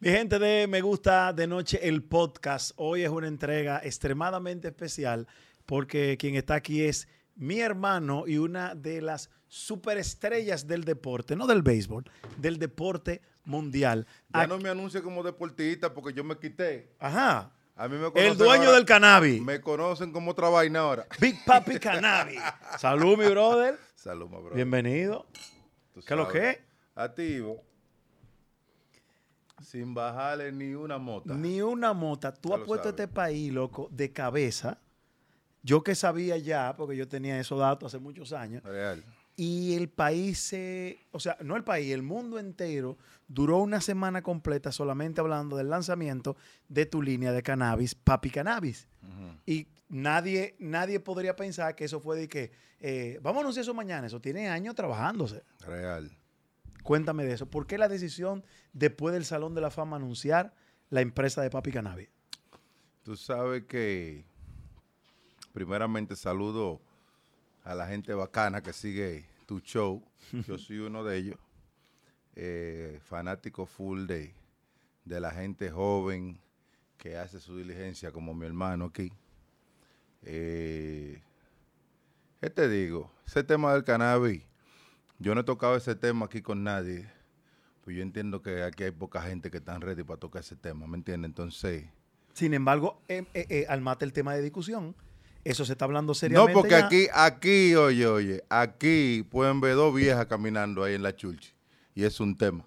Mi gente de Me Gusta de Noche, el podcast. Hoy es una entrega extremadamente especial porque quien está aquí es mi hermano y una de las superestrellas del deporte, no del béisbol, del deporte mundial. Ya no me anuncie como deportista porque yo me quité. Ajá. A mí me conocen El dueño ahora, del cannabis. Me conocen como otra vaina ahora. Big Papi Cannabis. Salud, mi brother. Salud, my brother. Bienvenido. Tú ¿Qué es lo sabes. que es? Activo. Sin bajarle ni una mota. Ni una mota. Tú Ya has lo puesto sabes. este país, loco, de cabeza. Yo que sabía ya, porque yo tenía esos datos hace muchos años. Real. Y el país, o sea, no el país, el mundo entero duró una semana completa solamente hablando del lanzamiento de tu línea de cannabis, Papi Cannabis. Y nadie podría pensar que eso fue de que, vamos a anunciar eso mañana. Eso tiene años trabajándose. Real. Cuéntame de eso. ¿Por qué la decisión después del Salón de la Fama anunciar la empresa de Papi Cannabis? Tú sabes que primeramente saludo a la gente bacana que sigue tu show. Yo soy uno de ellos. Fanático full de la gente joven que hace su diligencia como mi hermano aquí. ¿Qué te digo? Ese tema del cannabis, yo no he tocado ese tema aquí con nadie. Pues yo entiendo que aquí hay poca gente que están ready para tocar ese tema, ¿me entiendes? Entonces... Sin embargo, al mate el tema de discusión, eso se está hablando No, seriamente. porque ya. oye, aquí pueden ver dos viejas caminando ahí en la chulchi. Y es un tema.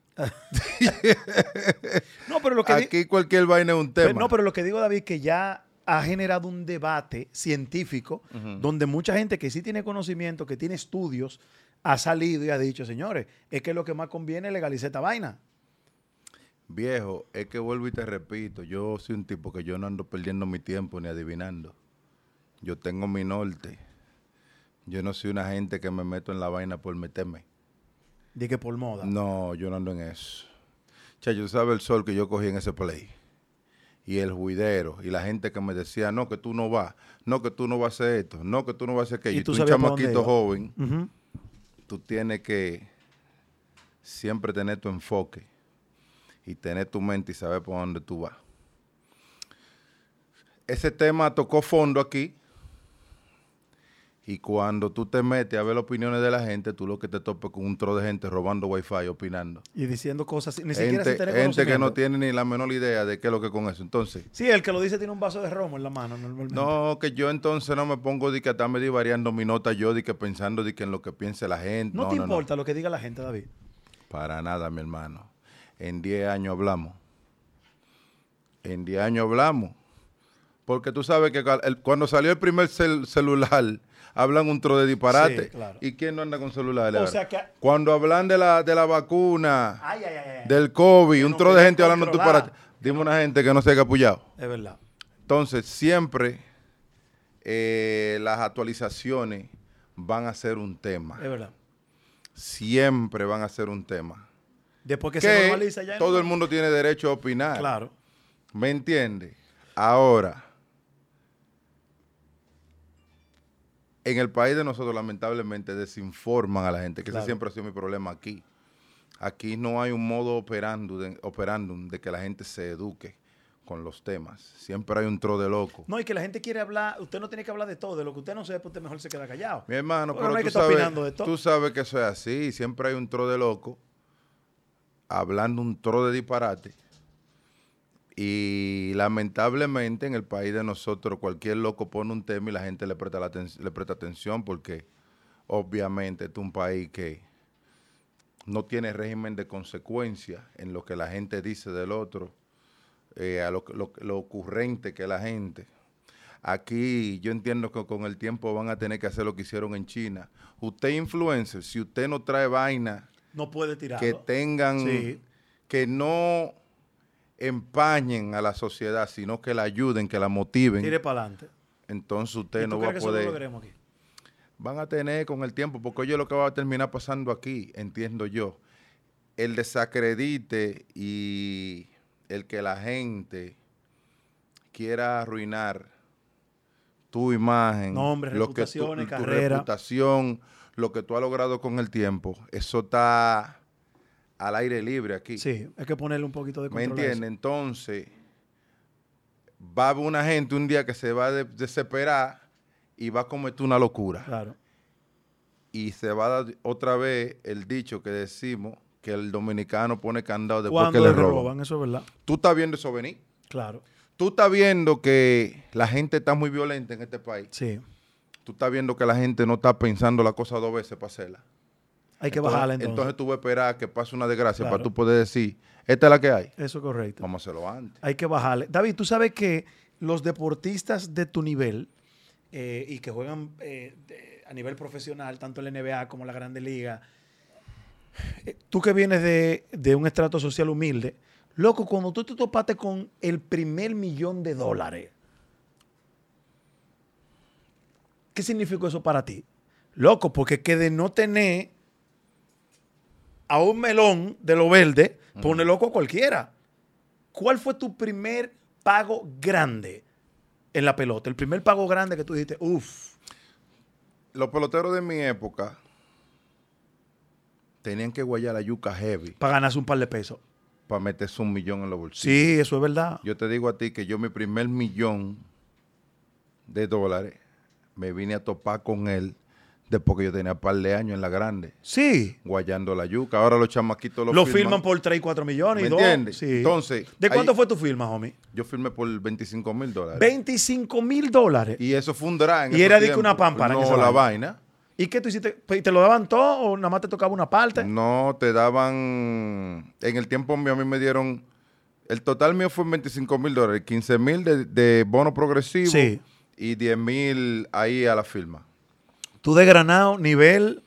No, pero lo que Aquí cualquier vaina es un tema. pero lo que digo, David, que ya ha generado un debate científico donde mucha gente que sí tiene conocimiento, que tiene estudios, ha salido y ha dicho, señores, es que lo que más conviene es legalizar esta vaina. Viejo, es que vuelvo y te repito, yo soy un tipo que yo no ando perdiendo mi tiempo ni adivinando. Yo tengo mi norte. Yo no soy una gente que me meto en la vaina por meterme. De que por moda. No, yo no ando en eso. Chacho, tú sabes el sol que yo cogí en ese play. Y el juidero. Y la gente que me decía, no, que tú no vas. No, que tú no vas a hacer esto. No, que tú no vas a hacer aquello. Y Y tú tú un sabías para dónde chamaquito iba. joven, Ujú. tú tienes que siempre tener tu enfoque. Y tener tu mente y saber por dónde tú vas. Ese tema tocó fondo aquí. Y cuando tú te metes a ver las opiniones de la gente, tú lo que te topes con un tro de gente robando wifi, opinando. Y diciendo cosas, ni siquiera sin tener Gente que no conocimiento. tiene ni la menor idea de qué es lo que con eso. Entonces, Sí, el que lo dice tiene un vaso de romo en la mano normalmente. no, que yo entonces no me pongo de que estarme divariando mi nota yo, de que pensando de que en lo que piense la gente. ¿No te importa lo que diga la gente, David? Para nada, mi hermano. En 10 años hablamos. En 10 años hablamos. Porque tú sabes que cuando salió el primer celular, hablan un tro de disparate. Sí, claro. ¿Y quién no anda con celulares O ahora? sea que... Cuando hablan de la vacuna, Ay, ay, ay, ay. del COVID, Que un no tro de querían gente hablando un controlar. disparate. Dime una gente que no se haya apoyado. Es verdad. Entonces, siempre las actualizaciones van a ser un tema. Es verdad. Siempre van a ser un tema. Después que se Que normaliza ya. todo el mundo tiene derecho a opinar. Claro. ¿Me entiendes? Ahora, en el país de nosotros, lamentablemente, desinforman a la gente, que Claro. ese siempre ha sido mi problema aquí. Aquí no hay un modo operandum de que la gente se eduque con los temas. Siempre hay un tro de loco. No, y que la gente quiere hablar, usted no tiene que hablar de todo, de lo que usted no sepa, usted mejor se queda callado. Mi hermano, Porque no hay pero que estar opinando de todo. tú sabes que eso es así. Siempre hay un tro de loco hablando un tro de disparate. Y lamentablemente en el país de nosotros cualquier loco pone un tema y la gente le presta atención porque obviamente este es un país que no tiene régimen de consecuencia en lo que la gente dice del otro, a lo ocurrente que es la gente. Aquí yo entiendo que con el tiempo van a tener que hacer lo que hicieron en China. Usted es influencer, si usted no trae vaina No puede tirarlo. que tengan, Sí. que no empañen a la sociedad, sino que la ayuden, que la motiven, Tire para adelante. entonces usted ¿Y tú no va crees a que eso lo poder. logremos aquí? Van a tener con el tiempo, porque oye lo que va a terminar pasando aquí, entiendo yo, el desacredite y el que la gente quiera arruinar tu imagen, Nombre, lo que reputaciones, tu carrera. reputación, lo que tú has logrado con el tiempo, eso está al aire libre aquí. Sí, hay que ponerle un poquito de ¿Me control a entiendes? Entonces, va a haber una gente un día que se va a desesperar y va a cometer una locura. eso. Claro. Y se va a dar otra vez el dicho que decimos que el dominicano pone candado después Cuando que le le roban. eso es verdad. Tú estás viendo eso venir. Claro. Tú estás viendo que la gente está muy violenta en este país. Sí. Tú estás viendo que la gente no está pensando la cosa 2 veces para hacerla. Hay que bajarla entonces. Entonces tú vas a esperar que pase una desgracia Claro. para tú poder decir, esta es la que hay. Eso es correcto. Vamos a hacerlo antes. Hay que bajarle. David, tú sabes que los deportistas de tu nivel y que juegan a nivel profesional, tanto en la NBA como en la Grande Liga, tú que vienes de un estrato social humilde, loco, cuando tú te topaste con el primer $1,000,000, ¿qué significó eso para ti? Loco, porque que de no tener a un melón de lo verde, pone loco a cualquiera. ¿Cuál fue tu primer pago grande en la pelota? El primer pago grande que tú dijiste, uff. Los peloteros de mi época tenían que guayar la yuca heavy Para ganarse un par de pesos. para meterse $1 millón en los bolsillos. Sí, eso es verdad. Yo te digo a ti que yo mi primer $1,000,000 me vine a topar con él después que yo tenía un par de años en la grande, Sí. guayando la yuca. Ahora los chamaquitos Lo firman por 3 y 4 millones. ¿Me y 2. entiendes? Sí. Entonces, ¿De cuánto ahí- fue tu firma, homie? Yo firmé por $25,000. $25,000. Y eso fue un drag. en Y esos era de que tiempos. una pámpara en No, esa la vaina. vaina. ¿Y qué tú hiciste? ¿Y te lo daban todo o nada más te tocaba una parte? No, te daban. En el tiempo mío, a mí me dieron. El total mío fue $25,000, $15,000 de bono progresivo Sí. y $10,000 ahí a la firma. Tú de Granado, nivel.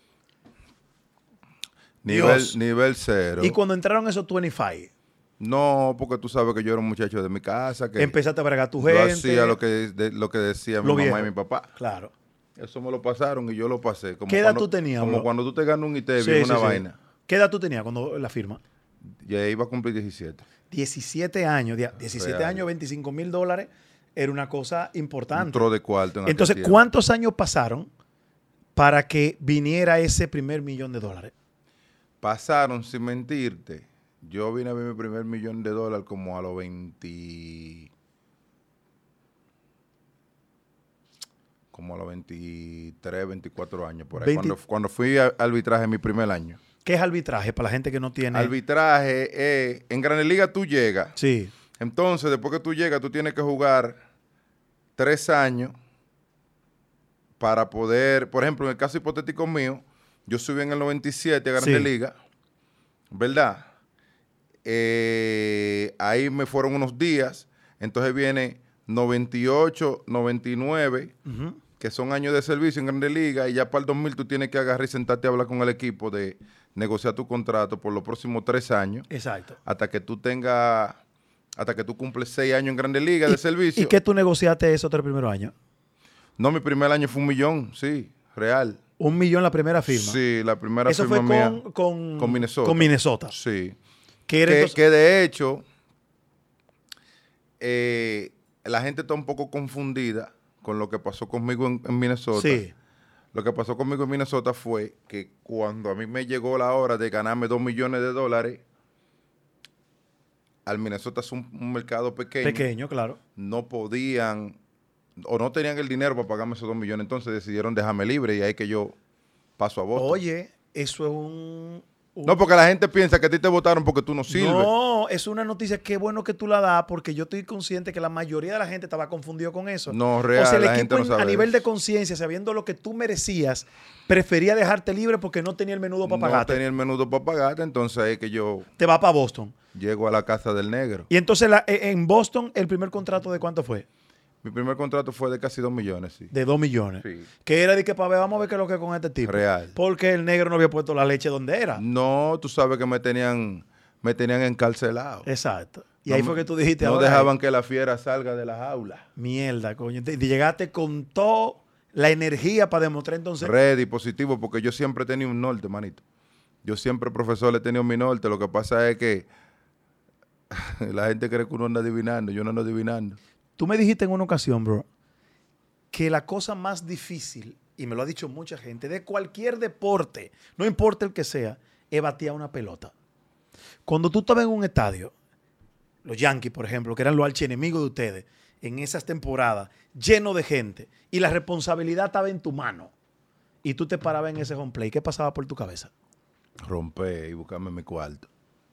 Nivel, Dios. nivel 0. Y cuando entraron esos 25, No, porque tú sabes que yo era un muchacho de mi casa, que empezaste a bregar tu yo gente. hacía lo que decía mi Lo mamá viejo. y mi papá. Claro. Eso me lo pasaron y yo lo pasé. Como ¿Qué edad cuando- tú tenías, Como bro? cuando tú te ganas un ITEVI Sí, en sí, una sí. vaina. ¿Qué edad tú tenías cuando la firma? Ya iba a cumplir 17. 17 años. 17 Real. años, $25,000 era una cosa Un importante. tro de cuarto en aquel Entonces, tiempo. ¿cuántos años pasaron para que viniera ese primer $1,000,000? Pasaron, sin mentirte. Yo vine a ver mi primer $1,000,000 como a los 20. Como a los 23, 24 años, por ahí. 20. Cuando fui a arbitraje mi primer año. ¿Qué es arbitraje para la gente que no tiene? Arbitraje, en Grandes Ligas tú llegas. Sí, Entonces, después que tú llegas, tú tienes que jugar 3 años para poder, por ejemplo, en el caso hipotético mío, yo subí en el 97 a Grandes Sí. Ligas, ¿verdad? Ahí me fueron unos días, entonces viene 98, 99, ujú, que son años de servicio en Grandes Ligas, y ya para el 2000 tú tienes que agarrar y sentarte a hablar con el equipo de negociar tu contrato por los próximos 3 años, exacto. hasta que tú cumples 6 años en Grandes Ligas de servicio. ¿Y qué tú negociaste esos 3 primeros años? No, mi primer año fue $1 millón, sí, real. $1,000,000 la primera firma. Sí, la primera Eso firma fue mía. con Minnesota. Con Minnesota. Sí. Que era entonces- Que de hecho, la gente está un poco confundida con lo que pasó conmigo en Minnesota. Sí. Lo que pasó conmigo en Minnesota fue que cuando a mí me llegó la hora de ganarme $2 millones, al Minnesota es un mercado Pequeño, claro. no podían o no tenían el dinero para pagarme esos $2 millones, entonces decidieron dejarme libre y ahí que yo paso a Boston. Oye, eso es un No, porque la gente piensa que a ti te votaron porque tú no sirves. No, es una noticia, qué bueno que tú la das, porque yo estoy consciente que la mayoría de la gente estaba confundido con eso. No, real, O sea, el la equipo gente no sabe a nivel eso. de conciencia, sabiendo lo que tú merecías, prefería dejarte libre porque no tenía el menudo para No pagarte. tenía el menudo para pagarte, entonces ahí que yo Te va para Boston. llego a la casa del negro. Y entonces en Boston, el primer contrato de cuánto fue? Mi primer contrato fue de casi $2 millones, sí. De $2 millones. Sí. Que era de que para ver, vamos a ver qué es lo que es con este tipo. Real. Porque el negro no había puesto la leche donde era. No, tú sabes que me tenían encarcelado. Exacto. Y No ahí me- fue que tú dijiste, No ahora, dejaban que la fiera salga de la jaula. mierda, coño. Y llegaste con toda la energía para demostrar entonces. Ready, positivo, porque yo siempre he tenido un norte, manito. Yo siempre, profesor, he tenido mi norte. Lo que pasa es que la gente cree que uno anda adivinando. Yo no ando adivinando. Tú me dijiste en una ocasión, bro, que la cosa más difícil, y me lo ha dicho mucha gente, de cualquier deporte, no importa el que sea, es batear una pelota. Cuando tú estabas en un estadio, los Yankees, por ejemplo, que eran los archienemigos de ustedes, en esas temporadas, lleno de gente, y la responsabilidad estaba en tu mano, y tú te parabas en ese home play, ¿qué pasaba por tu cabeza? Romper y buscarme mi cuarto.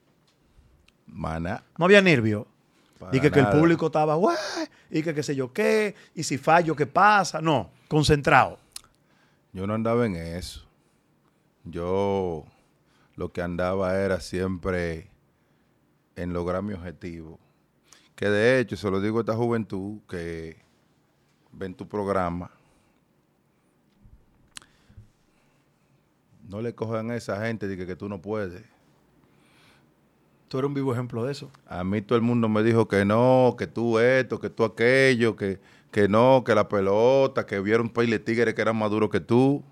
Maná. No había nervio. Para Y que el nada. público estaba, "Guay", y que qué sé yo qué, y si fallo, ¿qué pasa? No, concentrado. Yo no andaba en eso. Yo lo que andaba era siempre en lograr mi objetivo. Que de hecho, se lo digo a esta juventud que ven tu programa. No le cojan a esa gente de que tú no puedes. Tú eres un vivo ejemplo de eso. A mí todo el mundo me dijo que no, que tú esto, que tú aquello, que no, que la pelota, que vieron un país de tigres que eran más duros que tú.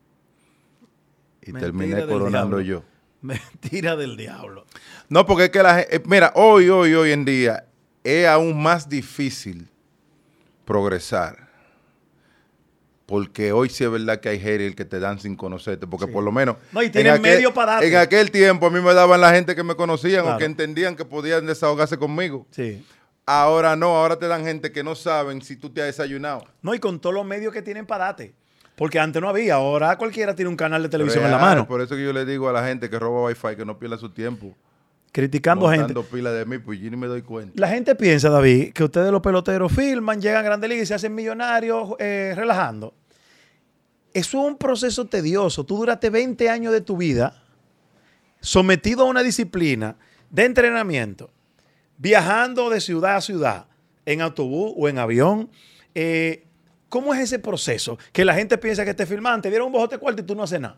Y Mentira terminé del coronando diablo. yo. Mentira del diablo. No, porque es que la gente, mira, hoy en día es aún más difícil progresar. Porque hoy sí es verdad que hay haters que te dan sin conocerte, porque Sí. por lo menos... No, y tienen medio para darte. En aquel tiempo a mí me daban la gente que me conocían Claro. o que entendían que podían desahogarse conmigo. Sí. Ahora no, ahora te dan gente que no saben si tú te has desayunado. No, y con todos los medios que tienen para darte. Porque antes no había, ahora cualquiera tiene un canal de televisión en la Real, mano. Por eso que yo le digo a la gente que roba Wi-Fi que no pierda su tiempo. Criticando gente. Montando pila de mí, pues yo ni me doy cuenta. La gente piensa, David, que ustedes los peloteros filman, llegan a Grandes Ligas y se hacen millonarios relajando. Eso es un proceso tedioso. Tú duraste 20 años de tu vida sometido a una disciplina de entrenamiento, viajando de ciudad a ciudad, en autobús o en avión. ¿Cómo es ese proceso? Que la gente piensa que te filman, te dieron un bojote cuarto y tú no haces nada.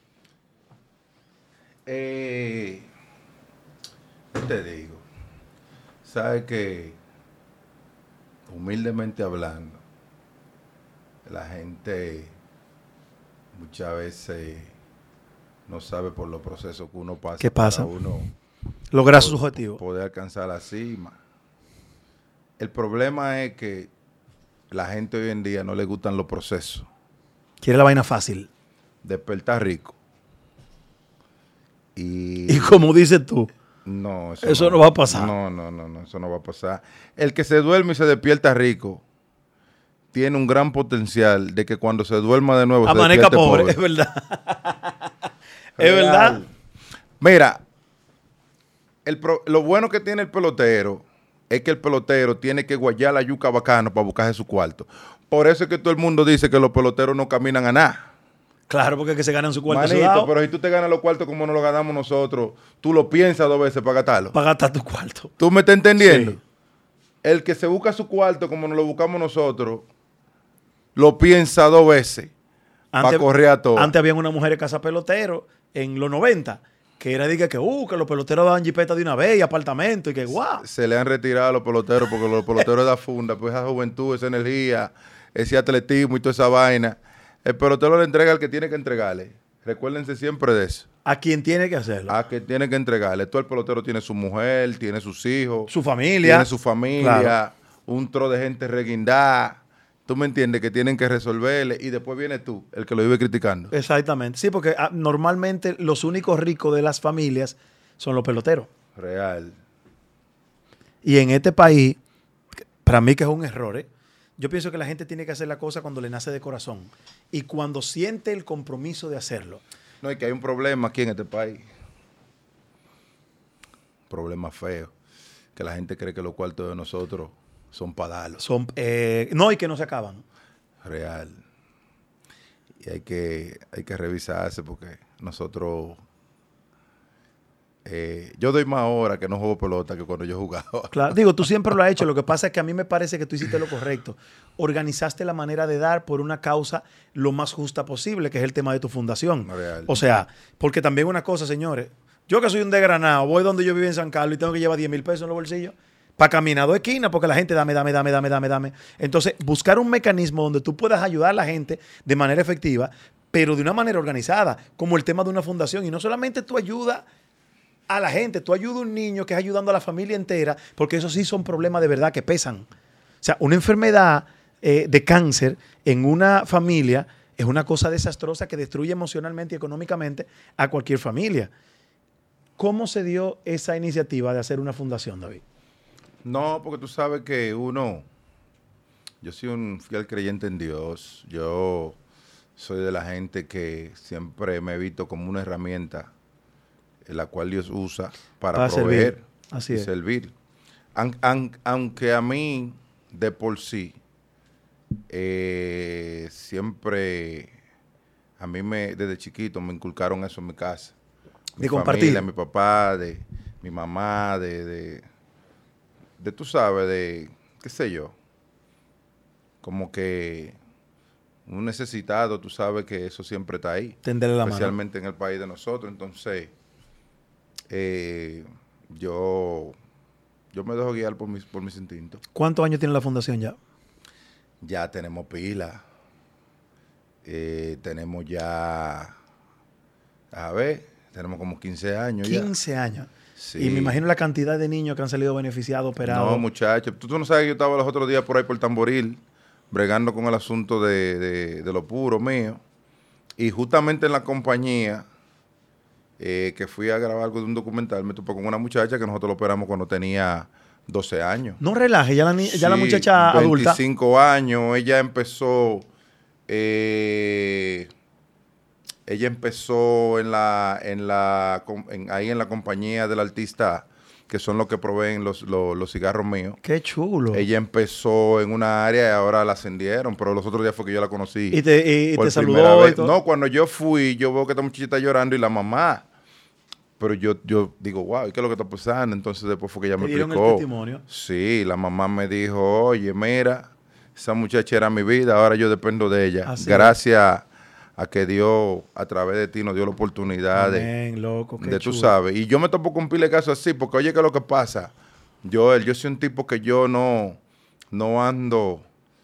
Yo te digo, sabes que humildemente hablando, la gente muchas veces no sabe por los procesos que uno pasa. ¿Qué pasa? Para uno Lograr sus objetivos. poder alcanzar la cima. El problema es que la gente hoy en día no le gustan los procesos. Quiere la vaina fácil. Despertar rico. Y Y como dices tú, no, eso no va a pasar. No, eso no va a pasar. El que se duerme y se despierta rico tiene un gran potencial de que cuando se duerma de nuevo se amanezca despierte pobre. pobre. Es verdad. Es verdad. Mira, lo bueno que tiene el pelotero es que el pelotero tiene que guayar la yuca bacano para buscarse su cuarto. Por eso es que todo el mundo dice que los peloteros no caminan a nada. Claro, porque es que se ganan su cuarto Manito, sudado pero si tú te ganas los cuartos como nos lo ganamos nosotros, tú lo piensas 2 veces para gastarlo. para gastar tu cuarto. ¿Tú me estás entendiendo? Sí. El que se busca su cuarto como nos lo buscamos nosotros, lo piensa 2 veces para correr a todo. Antes había una mujer de casa pelotero en los 90 que era de que los peloteros daban jipeta de una vez y apartamento y que guau. Se le han retirado a los peloteros porque los peloteros da funda, pues esa juventud, esa energía, ese atletismo y toda esa vaina. El pelotero le entrega al que tiene que entregarle. Recuérdense siempre de eso. A quien tiene que hacerlo. A que tiene que entregarle. Todo el pelotero tiene su mujer, tiene sus hijos. Su familia. Tiene su familia. Claro. Un tro de gente reguindada. ¿Tú me entiendes? Que tienen que resolverle. Y después viene tú, el que lo vive criticando. Exactamente. Sí, porque normalmente los únicos ricos de las familias son los peloteros. Real. Y en este país, para mí que es un error, yo pienso que la gente tiene que hacer la cosa cuando le nace de corazón. Y cuando siente el compromiso de hacerlo. No, y que hay un problema aquí en este país. Problema feo. Que la gente cree que los cuartos de nosotros son padalos. No, y que no se acaban. Real. Y hay que revisarse porque nosotros... yo doy más horas que no juego pelota que cuando yo jugaba. Claro, digo, tú siempre lo has hecho. Lo que pasa es que a mí me parece que tú hiciste lo correcto. Organizaste la manera de dar por una causa lo más justa posible, que es el tema de tu fundación. Real. O sea, porque también una cosa, señores. Yo que soy un desgranado, voy donde yo vivo en San Carlos y tengo que llevar 10,000 pesos en los bolsillos para caminar 2 esquinas porque la gente dame. Entonces, buscar un mecanismo donde tú puedas ayudar a la gente de manera efectiva, pero de una manera organizada, como el tema de una fundación. Y no solamente tú ayudas a la gente, tú ayudas a un niño que es ayudando a la familia entera, porque esos sí son problemas de verdad que pesan. O sea, una enfermedad de cáncer en una familia es una cosa desastrosa que destruye emocionalmente y económicamente a cualquier familia. ¿Cómo se dio esa iniciativa de hacer una fundación, David? No, porque tú sabes que yo soy un fiel creyente en Dios. Yo soy de la gente que siempre me he visto como una herramienta en la cual Dios usa para proveer servir. Así y es. servir. Aunque a mí, de por sí, siempre, desde chiquito me inculcaron eso en mi casa. De compartir. Familia, mi papá, de mi mamá, de tú sabes, de, qué sé yo, como que un necesitado, tú sabes que eso siempre está ahí. Tenderle la mano. Especialmente en el país de nosotros. Entonces, yo me dejo guiar por mis instintos. ¿Cuántos años tiene la fundación ya? Ya tenemos pila. Tenemos ya, a ver, tenemos como 15 años 15 ya. años. Sí. Y me imagino la cantidad de niños que han salido beneficiados, operados. No, muchachos. Tú no sabes que yo estaba los otros días por ahí por Tamboril, bregando con el asunto de lo puro mío. Y justamente en la compañía que fui a grabar algo de un documental, me topé con una muchacha que nosotros lo operamos cuando tenía 12 años. No relaje, ya la Sí, muchacha adulta. 25 años. Ella empezó ahí en la compañía del artista, que son los que proveen los cigarros míos. Qué chulo. Ella empezó en una área y ahora la ascendieron, pero los otros días fue que yo la conocí. Y te por saludó primera vez. y todo. No, cuando yo fui, yo veo que esta muchachita está llorando y la mamá. Pero yo digo, wow, ¿qué es lo que está pasando? Entonces después fue que ella me dieron explicó. el testimonio. Sí, la mamá me dijo, oye, mira, esa muchacha era mi vida, ahora yo dependo de ella. Así Gracias a que Dios, a través de ti, nos dio la oportunidad Amén, loco, qué de tú chulo. sabes. Y yo me topo con pile de casos así, porque oye, ¿qué es lo que pasa? Yo soy un tipo que yo no ando.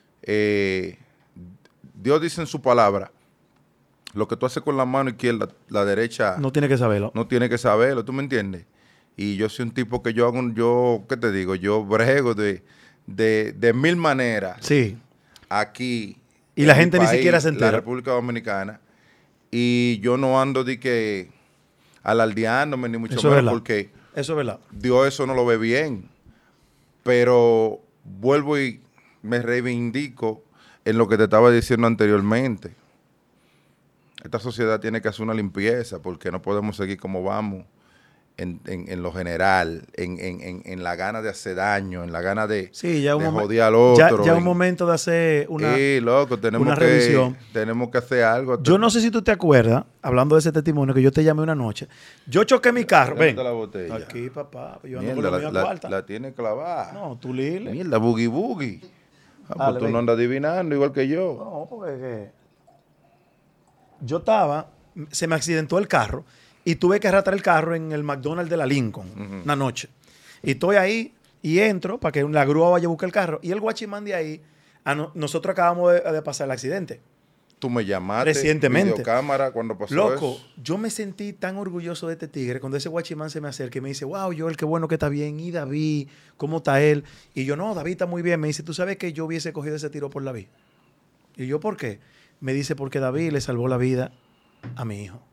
Dios dice en su palabra, lo que tú haces con la mano izquierda, la derecha No tiene que saberlo. no tiene que saberlo, ¿tú me entiendes? Y yo soy un tipo que ¿qué te digo? Yo brego de mil maneras Sí. aquí. Y en la mi gente ni siquiera se entera. La República Dominicana. Y yo no ando de que alardeándome, ni mucho Eso es menos, verdad. porque Eso es verdad. Dios eso no lo ve bien. Pero vuelvo y me reivindico en lo que te estaba diciendo anteriormente. Esta sociedad tiene que hacer una limpieza porque no podemos seguir como vamos en lo general, en la gana de hacer daño, en la gana de joder al otro. Ya es un momento de hacer una loco, tenemos revisión. Tenemos que hacer algo. Yo no sé si tú te acuerdas, hablando de ese testimonio, que yo te llamé una noche. Yo choqué mi carro. Ven. La botella. Aquí, papá. Yo ando Mierda, con la mía cuarta. la tiene clavada. No, tú lile. Mierda, boogie boogie. Dale, Pues tú ven. no andas adivinando igual que yo. No, porque yo se me accidentó el carro y tuve que arrastrar el carro en el McDonald's de la Lincoln una noche. Y estoy ahí y entro para que la grúa vaya a buscar el carro. Y el guachimán de ahí, nosotros acabamos de pasar el accidente. Tú me llamaste Recientemente. videocámara cuando pasó Loco, eso. yo me sentí tan orgulloso de este tigre cuando ese guachimán se me acerca y me dice, wow, Joel, qué bueno que está bien. Y David, ¿cómo está él? Y yo, no, David está muy bien. Me dice, ¿tú sabes que yo hubiese cogido ese tiro por David? Y yo, ¿por qué? Me dice, porque David le salvó la vida a mi hijo.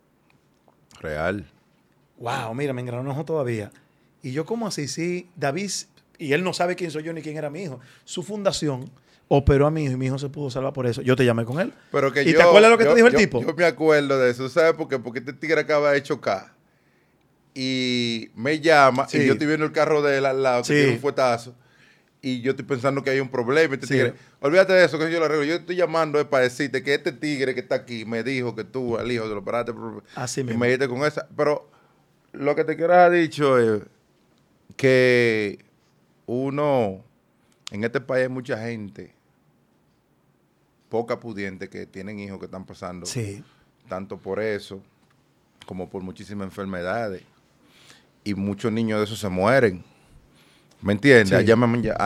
Real. Wow, mira, me engranó todavía. Y yo, ¿cómo así? Sí, David, y él no sabe quién soy yo ni quién era mi hijo. Su fundación operó a mi hijo y mi hijo se pudo salvar por eso. Yo te llamé con él. Pero que ¿Y te acuerdas lo que te dijo el tipo? Yo me acuerdo de eso. ¿Sabes por qué? Porque este tigre acaba de chocar. Y me llama Sí. y yo estoy viendo el carro de él al lado que Sí. tiene un fuetazo. Y yo estoy pensando que hay un problema. Este Sí. tigre, olvídate de eso, que yo lo arreglo. Yo estoy llamando para decirte que este tigre que está aquí me dijo que tú, al hijo, te lo operaste. Así Y mismo. me dijiste con esa. Pero lo que te quiero haber dicho es que uno, en este país hay mucha gente, poca pudiente, que tienen hijos que están pasando Sí. tanto por eso como por muchísimas enfermedades. Y muchos niños de eso se mueren. ¿Me entiendes? Sí. Allá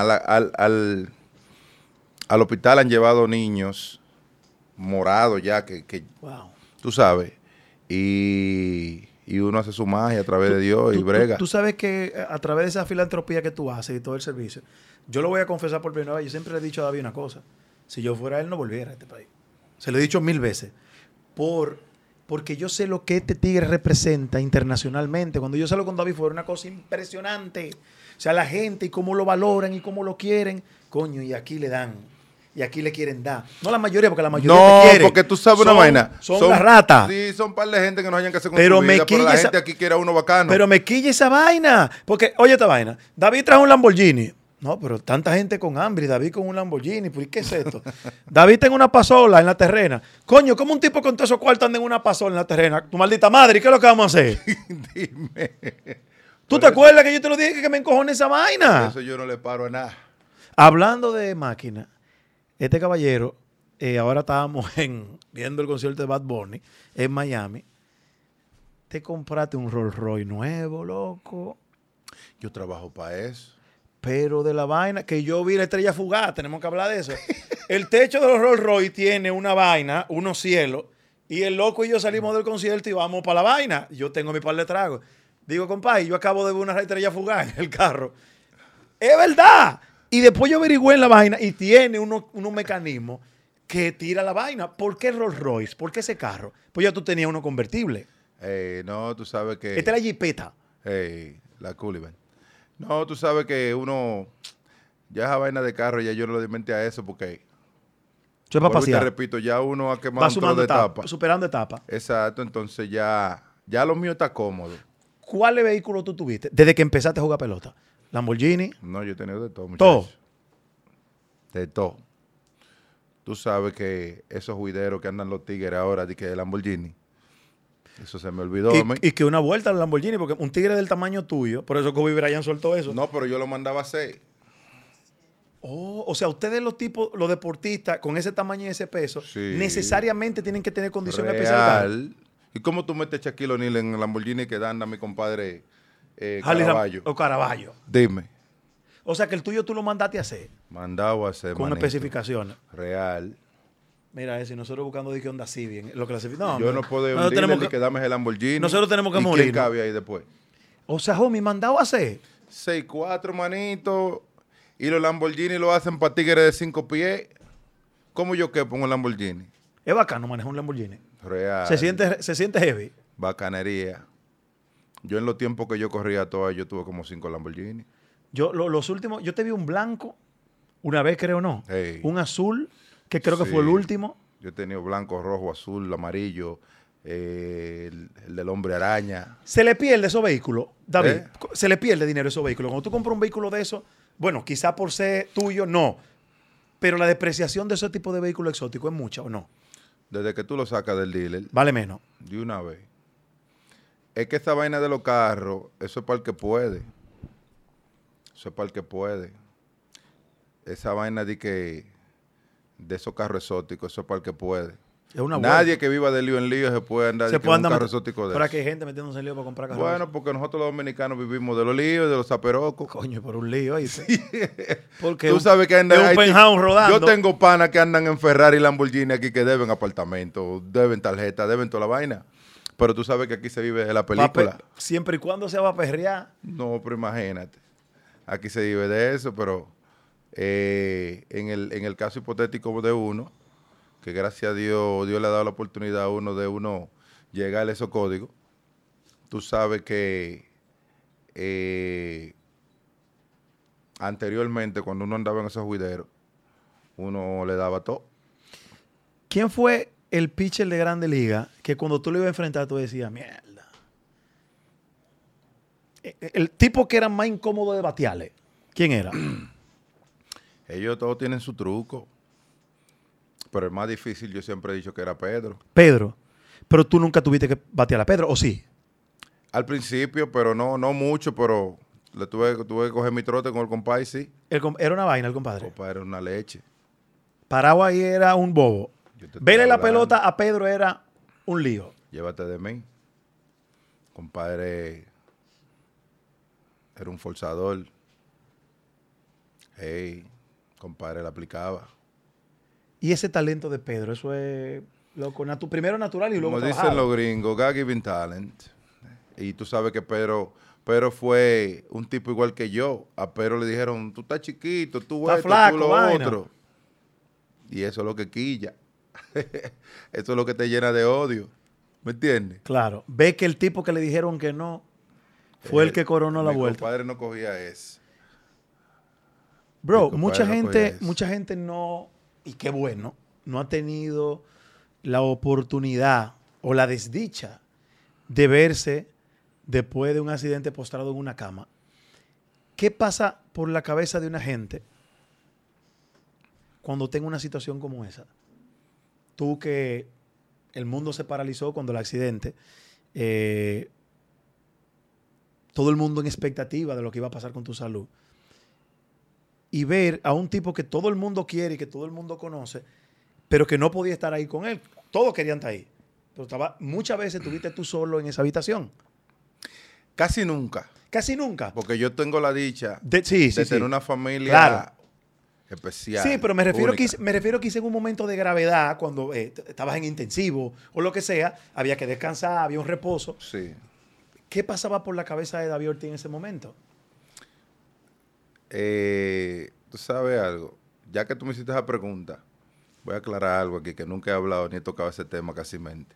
al hospital han llevado niños morados ya, que Wow. tú sabes. Y uno hace su magia a través de Dios y brega. Tú sabes que a través de esa filantropía que tú haces y todo el servicio, yo lo voy a confesar por primera vez. Yo siempre le he dicho a David una cosa. Si yo fuera él, no volviera a este país. Se lo he dicho 1000 veces. Por porque yo sé lo que este tigre representa internacionalmente. Cuando yo salgo con David fue una cosa impresionante. O sea, la gente y cómo lo valoran y cómo lo quieren. Coño, y aquí le dan. Y aquí le quieren dar. No la mayoría, porque la mayoría no, te quiere. Porque tú sabes una vaina. Son las ratas. Sí, son un par de gente que no hayan que hacer con Pero su vida, pero la esa, gente aquí quiere a uno bacano. Pero me quilla esa vaina. Porque, oye esta vaina. David trajo un Lamborghini. No, pero tanta gente con hambre y David con un Lamborghini. ¿Por qué es esto? David en una pasola en la terrena. Coño, ¿cómo un tipo con todos esos cuartos anda en una pasola en la terrena? Tu maldita madre, ¿qué es lo que vamos a hacer? Dime. ¿Tú te acuerdas que yo te lo dije que me encojone esa vaina? Por eso yo no le paro a nada. Hablando de máquina, este caballero, ahora estábamos viendo el concierto de Bad Bunny en Miami. Te compraste un Rolls Royce nuevo, loco. Yo trabajo para eso. Pero de la vaina, que yo vi la estrella fugaz, tenemos que hablar de eso. El techo de los Rolls Royce tiene una vaina, unos cielos, y el loco y yo salimos del concierto y vamos para la vaina. Yo tengo mi par de tragos. Digo, compadre, yo acabo de ver una estrella fugaz en el carro. ¡Es verdad! Y después yo averigüé en la vaina y tiene unos mecanismos que tira la vaina. ¿Por qué Rolls Royce? ¿Por qué ese carro? Pues ya tú tenías uno convertible. No, tú sabes que... Esta es la jipeta. La Cullivan. No, tú sabes que uno... Ya esa vaina de carro, ya yo no lo dimenté a eso porque... Eso es para pasear. Te repito, ya uno ha quemado va un trozo de etapa. Superando etapas. Exacto, entonces ya lo mío está cómodo. ¿Cuál vehículo tú tuviste desde que empezaste a jugar pelota? ¿Lamborghini? No, yo he tenido de todo, muchachos. ¿Todo? De todo. Tú sabes que esos juideros que andan los tigres ahora, de que el Lamborghini, eso se me olvidó. Y que una vuelta al Lamborghini, porque un tigre del tamaño tuyo, por eso Kobe Bryant soltó eso. No, pero yo lo mandaba a hacer. Oh, o sea, ustedes los tipos, los deportistas con ese tamaño y ese peso, Sí. necesariamente tienen que tener condición Real. especial. ¿Y cómo tú metes Shaquille O'Neal en el Lamborghini que anda mi compadre Caraballo. O Caraballo. Dime. O sea, que el tuyo tú lo mandaste a hacer. Mandado a hacer, con manito. Especificaciones. Real. Mira, si nosotros buscando de qué onda Civic, lo clasificamos. Yo no puedo ir a un dealer ni que dame el Lamborghini. Nosotros tenemos que ¿Y morir. quién cabe ahí después? O sea, homie, mandado a hacer. 6'4", manito. Y los Lamborghini lo hacen para tigres de 5 pies. ¿Cómo yo quepo en un Lamborghini? Es bacano manejar un Lamborghini. Real. Se siente heavy. Bacanería. Yo en los tiempos que yo corría todas, yo tuve como 5 Lamborghini. Los últimos, yo te vi un blanco, una vez creo no. Hey. Un azul, que creo que fue el último. Yo he tenido blanco, rojo, azul, amarillo, el del hombre araña. Se le pierde esos vehículos, David. Se le pierde dinero a esos vehículos. Cuando tú compras un vehículo de esos, bueno, quizá por ser tuyo, no. Pero la depreciación de ese tipo de vehículos exóticos es mucha, ¿o no? Desde que tú lo sacas del dealer. Vale menos. De una vez. Es que esa vaina de los carros, eso es para el que puede. Eso es para el que puede. Esa vaina de esos carros exóticos, eso es para el que puede. Es una Nadie que viva de lío en lío se puede andar en un carro exótico de Pero eso. aquí hay gente metiéndose en lío para comprar carros. Bueno, porque nosotros los dominicanos vivimos de los líos y de los zaperocos. Coño, por un lío ahí. Porque tú sabes que andan un penthouse rodando. Yo tengo panas que andan en Ferrari y Lamborghini aquí que deben apartamentos, deben tarjeta, deben toda la vaina. Pero tú sabes que aquí se vive de la película. Siempre y cuando se va a perrear. No, pero imagínate. Aquí se vive de eso, pero en el caso hipotético de uno, que gracias a Dios le ha dado la oportunidad a uno de llegar a esos códigos, tú sabes que anteriormente, cuando uno andaba en esos juideros, uno le daba todo. ¿Quién fue el pitcher de Grande Liga que cuando tú lo ibas a enfrentar tú decías, mierda? El tipo que era más incómodo de batearle, ¿quién era? Ellos todos tienen su truco. Pero el más difícil yo siempre he dicho que era Pedro. Pedro. Pero tú nunca tuviste que batear a Pedro, ¿o sí? Al principio, pero no mucho, pero le tuve que coger mi trote con el compadre, sí. Era una vaina el compadre. El compadre era una leche. Parado ahí era un bobo. Verle la pelota a Pedro era un lío. Llévate de mí. Compadre era un forzador. Hey, compadre la aplicaba. Y ese talento de Pedro, eso es loco. Primero natural y luego como trabajado. Dicen los gringos, God given talent. Y tú sabes que Pedro fue un tipo igual que yo. A Pedro le dijeron, tú estás chiquito, tú estás esto, flaco, tú lo vaina. otro. Y eso es lo que quilla. Eso es lo que te llena de odio. ¿Me entiendes? Claro. Ve que el tipo que le dijeron que no fue el que coronó la vuelta. Mi compadre no cogía eso. Bro, mucha gente no, y qué bueno, no ha tenido la oportunidad o la desdicha de verse después de un accidente postrado en una cama. ¿Qué pasa por la cabeza de una gente cuando tenga una situación como esa? Tú que el mundo se paralizó cuando el accidente, todo el mundo en expectativa de lo que iba a pasar con tu salud. Y ver a un tipo que todo el mundo quiere y que todo el mundo conoce, pero que no podía estar ahí con él. Todos querían estar ahí. Pero muchas veces estuviste tú solo en esa habitación. Casi nunca. Casi nunca. Porque yo tengo la dicha de tener una familia especial. Sí, pero me refiero que hice en un momento de gravedad, cuando estabas en intensivo o lo que sea, había que descansar, había un reposo. Sí. ¿Qué pasaba por la cabeza de David Ortiz en ese momento? Tú sabes algo. Ya que tú me hiciste esa pregunta, voy a aclarar algo aquí que nunca he hablado ni he tocado ese tema casi mente.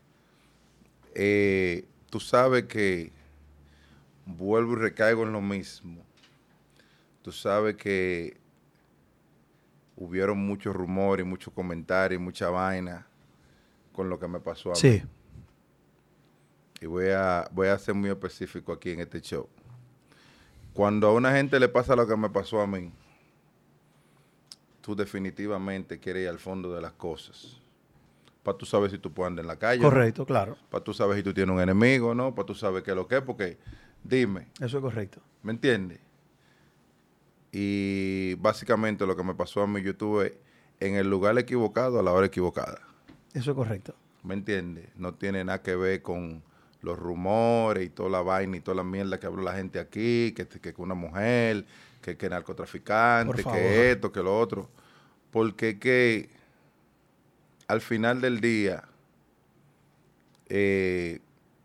Tú sabes que vuelvo y recaigo en lo mismo. Tú sabes que hubieron muchos rumores, muchos comentarios, mucha vaina con lo que me pasó a mí. Sí. Y voy a ser muy específico aquí en este show. Cuando a una gente le pasa lo que me pasó a mí, tú definitivamente quieres ir al fondo de las cosas. Para tú saber si tú puedes andar en la calle. Correcto, ¿no? Claro. Para tú saber si tú tienes un enemigo, ¿no? Para tú saber qué es lo que es, porque dime. Eso es correcto. ¿Me entiendes? Y básicamente lo que me pasó a mí, yo estuve en el lugar equivocado a la hora equivocada. Eso es correcto. ¿Me entiendes? No tiene nada que ver con los rumores y toda la vaina y toda la mierda que habló la gente aquí, que una mujer, que narcotraficante, que esto, que lo otro. Porque que al final del día, de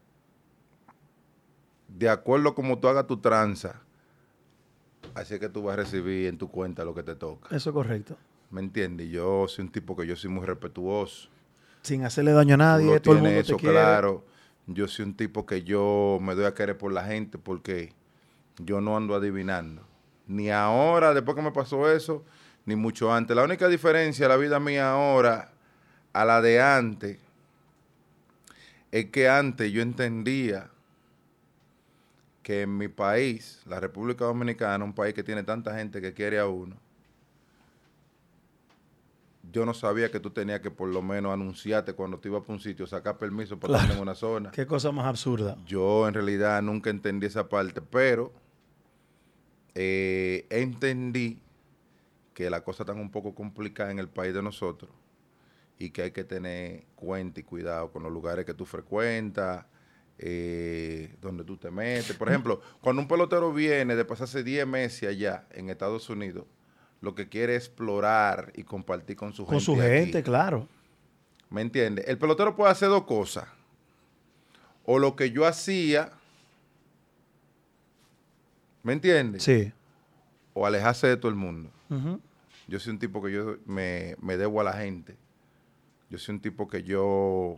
acuerdo como tú hagas tu tranza, así es que tú vas a recibir en tu cuenta lo que te toca. Eso es correcto. ¿Me entiendes? Yo soy un tipo que yo soy muy respetuoso. Sin hacerle daño a nadie, todo el mundo eso te quiere. Claro. Yo soy un tipo que yo me doy a querer por la gente porque yo no ando adivinando. Ni ahora, después que me pasó eso, ni mucho antes. La única diferencia de la vida mía ahora a la de antes es que antes yo entendía que en mi país, la República Dominicana, un país que tiene tanta gente que quiere a uno, yo no sabía que tú tenías que por lo menos anunciarte cuando te ibas para un sitio, sacar permiso para estar en una zona. Qué cosa más absurda. Yo en realidad nunca entendí esa parte, pero entendí que la cosa está un poco complicada en el país de nosotros y que hay que tener cuenta y cuidado con los lugares que tú frecuentas, donde tú te metes. Por ejemplo, cuando un pelotero viene de pasarse 10 meses allá en Estados Unidos, lo que quiere es explorar y compartir con su gente. Con su gente, aquí. Claro. ¿Me entiendes? El pelotero puede hacer dos cosas. O lo que yo hacía, ¿me entiendes? Sí. O alejarse de todo el mundo. Uh-huh. Yo soy un tipo que yo me debo a la gente. Yo soy un tipo que yo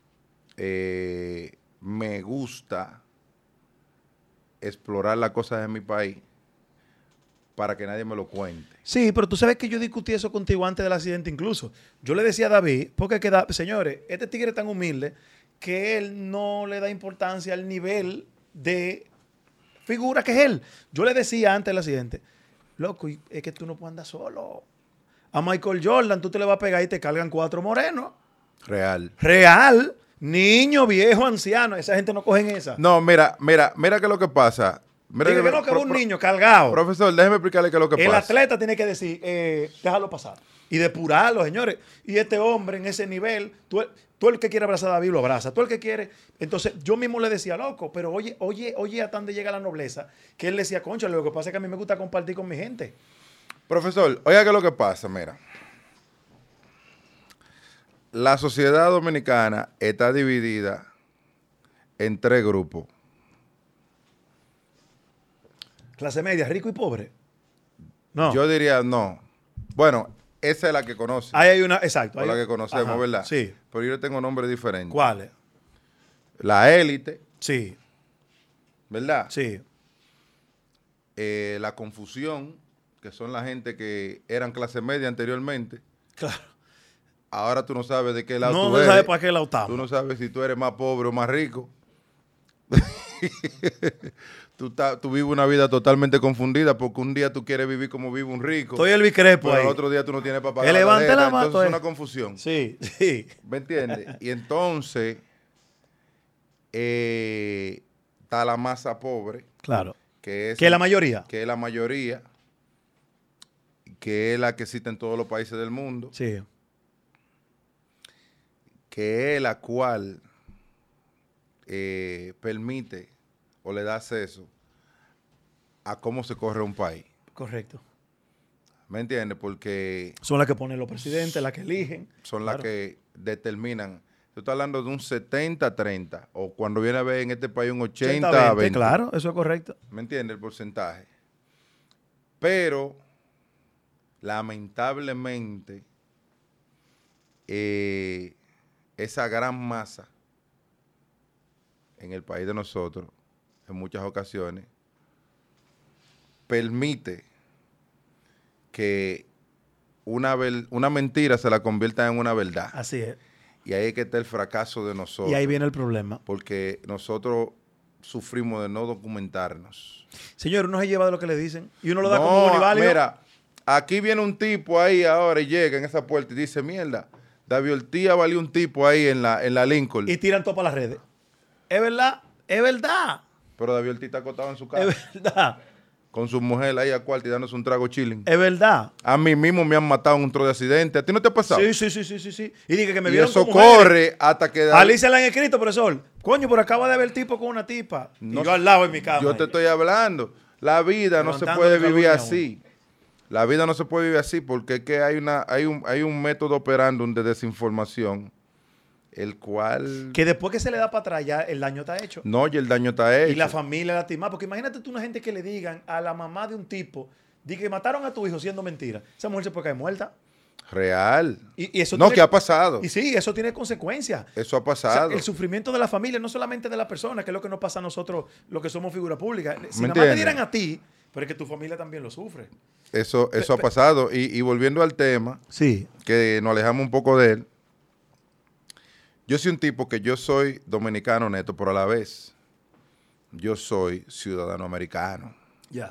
me gusta explorar las cosas de mi país para que nadie me lo cuente. Sí, pero tú sabes que yo discutí eso contigo antes del accidente incluso. Yo le decía a David, porque señores, este tigre es tan humilde que él no le da importancia al nivel de figura que es él. Yo le decía antes del accidente, loco, es que tú no puedes andar solo. A Michael Jordan tú te le vas a pegar y te cargan 4 morenos. Real. Niño, viejo, anciano. Esa gente no cogen esa. No, mira qué es lo que pasa. Diga que no, que un niño cargado. Profesor, déjeme explicarle qué es lo que pasa. El atleta tiene que decir, déjalo pasar. Y depurarlo, señores. Y este hombre en ese nivel, tú el que quiere abrazar a David lo abraza. Tú el que quiere. Entonces, yo mismo le decía, loco, pero oye, hasta dónde llega la nobleza. Que él decía, concha, lo que pasa es que a mí me gusta compartir con mi gente. Profesor, oiga qué es lo que pasa, mira. La sociedad dominicana está dividida en 3 grupos. Clase media, rico y pobre. No. Yo diría no. Bueno, esa es la que conoce. Ahí hay una, exacto. O la que conocemos, ajá, ¿verdad? Sí. Pero yo tengo nombres diferentes. ¿Cuáles? la élite, Sí, ¿verdad? sí. La confusión, que son la gente que eran clase media anteriormente. Claro. Ahora tú no sabes de qué lado No tú se eres. sabe para qué lado estamos. Tú no sabes si tú eres más pobre o más rico. Tú vives una vida totalmente confundida porque un día tú quieres vivir como vive un rico. Estoy el bicrepo pero ahí. al otro día tú no tienes para pagar Que la levante tarjeta. la mano. Entonces es una confusión. Sí, sí. ¿Me entiendes? Y entonces está la masa pobre, Claro. que es Que la mayoría. que es la mayoría, que es la que existe en todos los países del mundo, Sí. que es la cual permite o le da acceso a cómo se corre un país. Correcto. ¿Me entiendes? Porque Son las que ponen los presidentes, las que eligen. son Claro. las que determinan. Tú estás hablando de un 70-30, o cuando viene a ver en este país un 80-20. Claro, eso es correcto. ¿Me entiendes? El porcentaje. Pero, lamentablemente, esa gran masa en el país de nosotros, en muchas ocasiones, permite que una mentira se la convierta en una verdad. Así es. Y ahí es que está el fracaso de nosotros. Y ahí viene el problema. Porque nosotros sufrimos de no documentarnos. Señor, uno se lleva de lo que le dicen y uno lo da No, como univálido. mira, aquí viene un tipo ahí ahora y llega en esa puerta y dice, mierda, David Ortiz valió un tipo ahí en la Lincoln. Y tiran todo para las redes. Es verdad, es verdad. Pero David Ortiz está acostado en su casa. Es verdad, Con su mujer ahí a cuarto y dándose un trago chilling. es verdad. A mí mismo me han matado en un tro de accidente. ¿A ti no te ha pasado? Sí. Y dije que me Y vieron eso con mujeres. corre hasta que... A Alicia le han escrito, profesor. Coño, pero acaba de ver el tipo con una tipa. No y yo sé. al lado en mi cama. Yo te estoy hablando. La vida no se Levantándole puede vivir calumnia a así. La vida no se puede vivir así porque es que hay un método operando de desinformación, el cual... Que después que se le da para atrás ya el daño está hecho. No, y el daño está hecho. Y la familia lastimada. Porque imagínate tú una gente que le digan a la mamá de un tipo, di que mataron a tu hijo siendo mentira. Esa mujer se puede caer muerta. Real. Y eso No, tiene- ¿qué ha pasado? Y sí, eso tiene consecuencias. Eso ha O sea, pasado. el sufrimiento de la familia, no solamente de la persona, que es lo que nos pasa a nosotros, los que somos figura pública. Si ¿Me nada más te entiendes? dieran a ti, pero es que tu familia también lo sufre. Eso ha pasado. Y volviendo al tema, Sí. que nos alejamos un poco de él, yo soy un tipo que yo soy dominicano neto, pero a la vez yo soy ciudadano americano. Ya.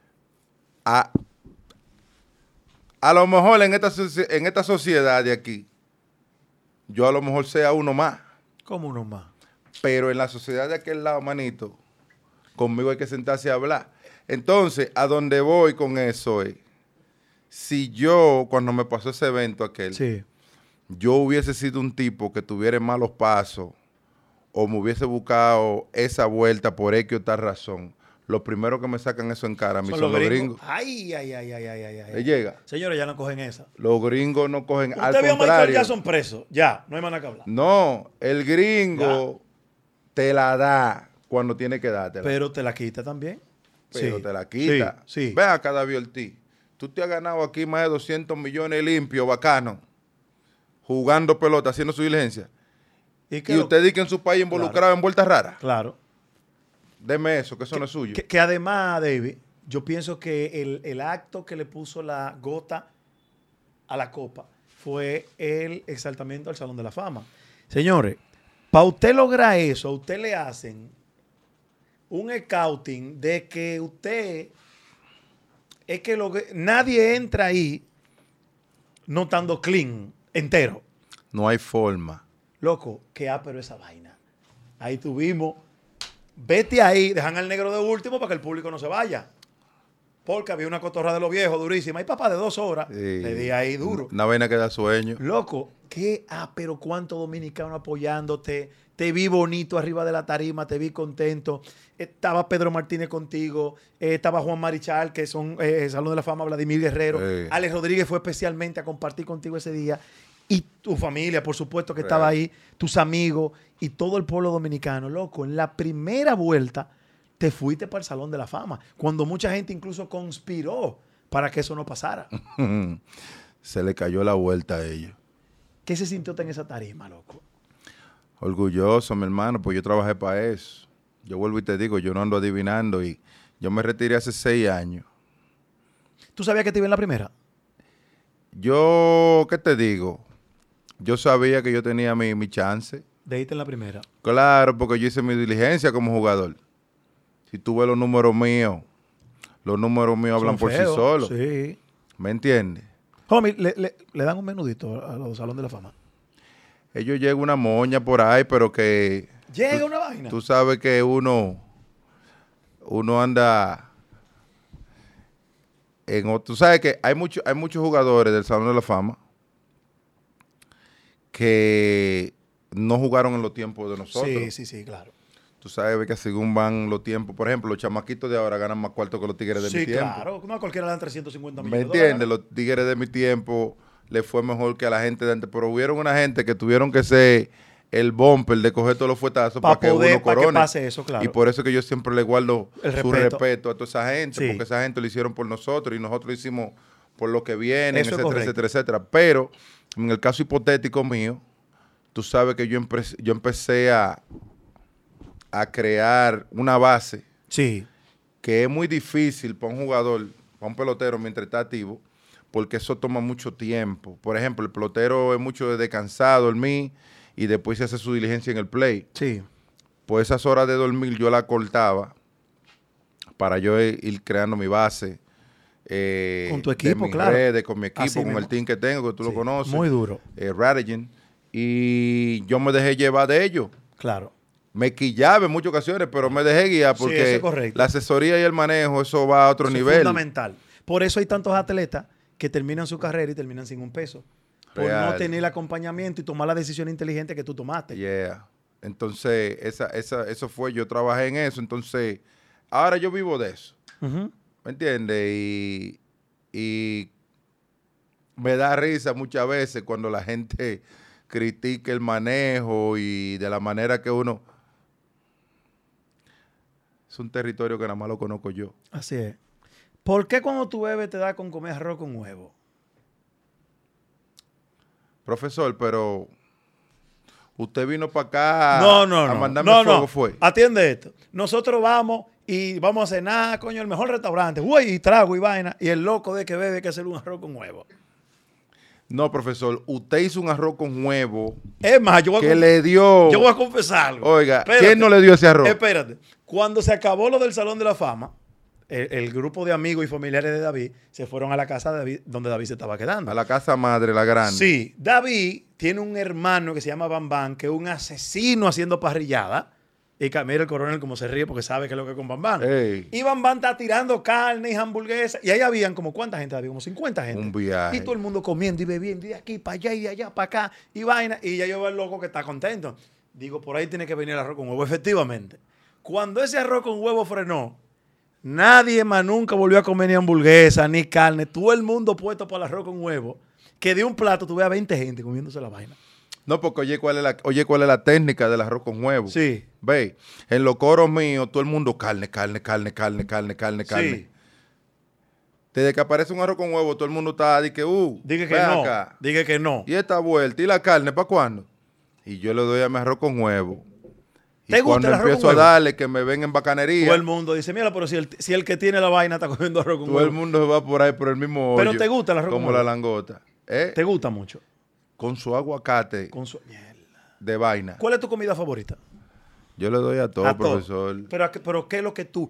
A lo mejor en esta sociedad de aquí, yo a lo mejor sea uno más, ¿Cómo uno más? pero en la sociedad de aquel lado, manito, conmigo hay que sentarse a hablar. Entonces, a donde voy con eso es, si yo, cuando me pasó ese evento aquel, Sí. yo hubiese sido un tipo que tuviera malos pasos o me hubiese buscado esa vuelta por X o tal razón, lo primero que me sacan eso en cara a mí son los gringos. Ay. Le llega. Señores, ya no cogen esa. Los gringos no cogen, al Usted vio a Michael contrario. Jackson preso. Ya, no hay más nada que hablar. No, el gringo te la da cuando tiene que dártela. Pero te la quita también. Pero Sí. te la quita. Sí. Ve acá, David Ortiz. Tú te has ganado aquí más de 200 millones limpios, bacano, jugando pelota, haciendo su diligencia. Y Y usted dice que en su país involucrado en vueltas raras. Claro. Deme eso, que eso no es suyo. Que además, David, yo pienso que el acto que le puso la gota a la copa fue el exaltamiento al Salón de la Fama. Señores, para usted lograr eso, a usted le hacen un scouting de que usted es que nadie entra ahí no estando clean, entero. No hay forma. Loco, qué ápero esa vaina. Ahí tuvimos. Vete ahí, dejan al negro de último para que el público no se vaya. Porque había una cotorra de los viejos durísima. Y papá de 2 horas. Sí. Le di ahí duro. Una vaina que da sueño. Loco, qué ápero, cuánto dominicano apoyándote. Te vi bonito arriba de la tarima, te vi contento. Estaba Pedro Martínez contigo, estaba Juan Marichal, que son Salón de la Fama, Vladimir Guerrero. Sí. Alex Rodríguez fue especialmente a compartir contigo ese día. Y tu familia, por supuesto, que Real. estaba ahí, tus amigos y todo el pueblo dominicano. Loco, en la primera vuelta te fuiste para el Salón de la Fama, cuando mucha gente incluso conspiró para que eso no pasara. Se le cayó la vuelta a ellos. ¿Qué se sintió en esa tarima, loco? Orgulloso, mi hermano, pues yo trabajé para eso. Yo vuelvo y te digo, yo no ando adivinando y yo me retiré hace 6 años. ¿Tú sabías que te iba en la primera? Yo, ¿qué te digo? Yo sabía que yo tenía mi chance. De irte en la primera. Claro, porque yo hice mi diligencia como jugador. Si tú ves los números míos hablan Son por sí feos, solos. Sí. ¿Me entiendes? Homie, le dan un menudito a los Salón de la Fama. Ellos llegan una moña por ahí, pero que... Llega una vaina. Tú sabes que uno anda en otro. Tú sabes que hay muchos jugadores del Salón de la Fama que no jugaron en los tiempos de nosotros. Sí, claro. Tú sabes que según van los tiempos, por ejemplo, los chamaquitos de ahora ganan más cuarto que los tigres de mi tiempo. Sí, claro. No a cualquiera le dan 350 ¿Me millones de entiendes? dólares. Los tigres de mi tiempo le fue mejor que a la gente de antes, pero hubieron una gente que tuvieron que ser el bumper de coger todos los fuetazos para que uno corone. que pase eso, claro. Y por eso que yo siempre le guardo su respeto a toda esa gente, Sí. porque esa gente lo hicieron por nosotros y nosotros lo hicimos por lo que viene, Eso es etcétera, correcto. etcétera, etcétera. Pero en el caso hipotético mío, tú sabes que yo empecé a crear una base Sí. que es muy difícil para un jugador, para un pelotero mientras está activo, porque eso toma mucho tiempo. Por ejemplo, el pelotero es mucho de descansar, dormir y después se hace su diligencia en el play. Sí. Pues esas horas de dormir yo las cortaba para yo ir creando mi base. Con tu de equipo, mis claro. redes, con mi equipo, Así con mismo. el team que tengo, que tú lo Sí. conoces. Muy duro. Radigan. Y yo me dejé llevar de ellos. Claro. Me quillaba en muchas ocasiones, pero me dejé guiar Sí, porque eso es correcto. la asesoría y el manejo, eso va a otro Eso es nivel. fundamental. Por eso hay tantos atletas que terminan su carrera y terminan sin un peso. Por Real. no tener el acompañamiento y tomar la decisión inteligente que tú tomaste. Yeah. Entonces, eso fue, yo trabajé en eso, entonces, ahora yo vivo de eso, Ujú. ¿me entiendes? Y me da risa muchas veces cuando la gente critica el manejo y de la manera que uno... Es un territorio que nada más lo conozco yo. Así es. ¿Por qué cuando tú bebes te da con comer arroz con huevo? Profesor, pero usted vino para acá No. a mandarme fuego, fue. Atiende esto. Nosotros vamos y vamos a cenar, coño, el mejor restaurante. Uy, y trago y vaina. Y el loco de que bebe hay que hacer un arroz con huevo. No, profesor, usted hizo un arroz con huevo Es más, yo voy que le dio... yo voy a confesar algo. Oiga, Espérate. ¿quién no le dio ese arroz? Espérate. Cuando se acabó lo del Salón de la Fama, el grupo de amigos y familiares de David se fueron a la casa de David, donde David se estaba quedando. A la casa madre, la grande. Sí, David tiene un hermano que se llama Bam Bam, que es un asesino haciendo parrillada. Y mira el coronel como se ríe porque sabe que es lo que es con Bam Bam. Ey. Y Bam Bam está tirando carne y hamburguesas. Y ahí habían como, ¿cuánta gente había? Como 50 gente. Un viaje. Y todo el mundo comiendo y bebiendo, y de aquí para allá y de allá para acá, y vaina. Y ya yo veo al loco que está contento. Digo, por ahí tiene que venir el arroz con huevo. Efectivamente. Cuando ese arroz con huevo frenó, nadie más nunca volvió a comer ni hamburguesa, ni carne. Todo el mundo puesto para el arroz con huevo. Que de un plato tuve a 20 gente comiéndose la vaina. No, porque oye cuál es la técnica del arroz con huevo. Sí. Ve, en los coros míos, todo el mundo carne. Sí. Desde que aparece un arroz con huevo, todo el mundo está, Dije que ven no. acá. Dije que no. Y esta vuelta, ¿y la carne para cuándo? Y yo le doy a mi arroz con huevo. Y ¿Te gusta cuando el arroz empiezo con a huevo? darle, que me ven en bacanería, Todo el mundo dice, mira, pero si el que tiene la vaina está comiendo arroz con todo huevo. el mundo se va por ahí por el mismo Pero hoyo, ¿te gusta el arroz con como huevo? la langota. ¿Te gusta mucho? Con su aguacate Con su... Mierda. de vaina. ¿Cuál es tu comida favorita? Yo le doy a todo, A todo. profesor. Pero ¿qué es lo que tú...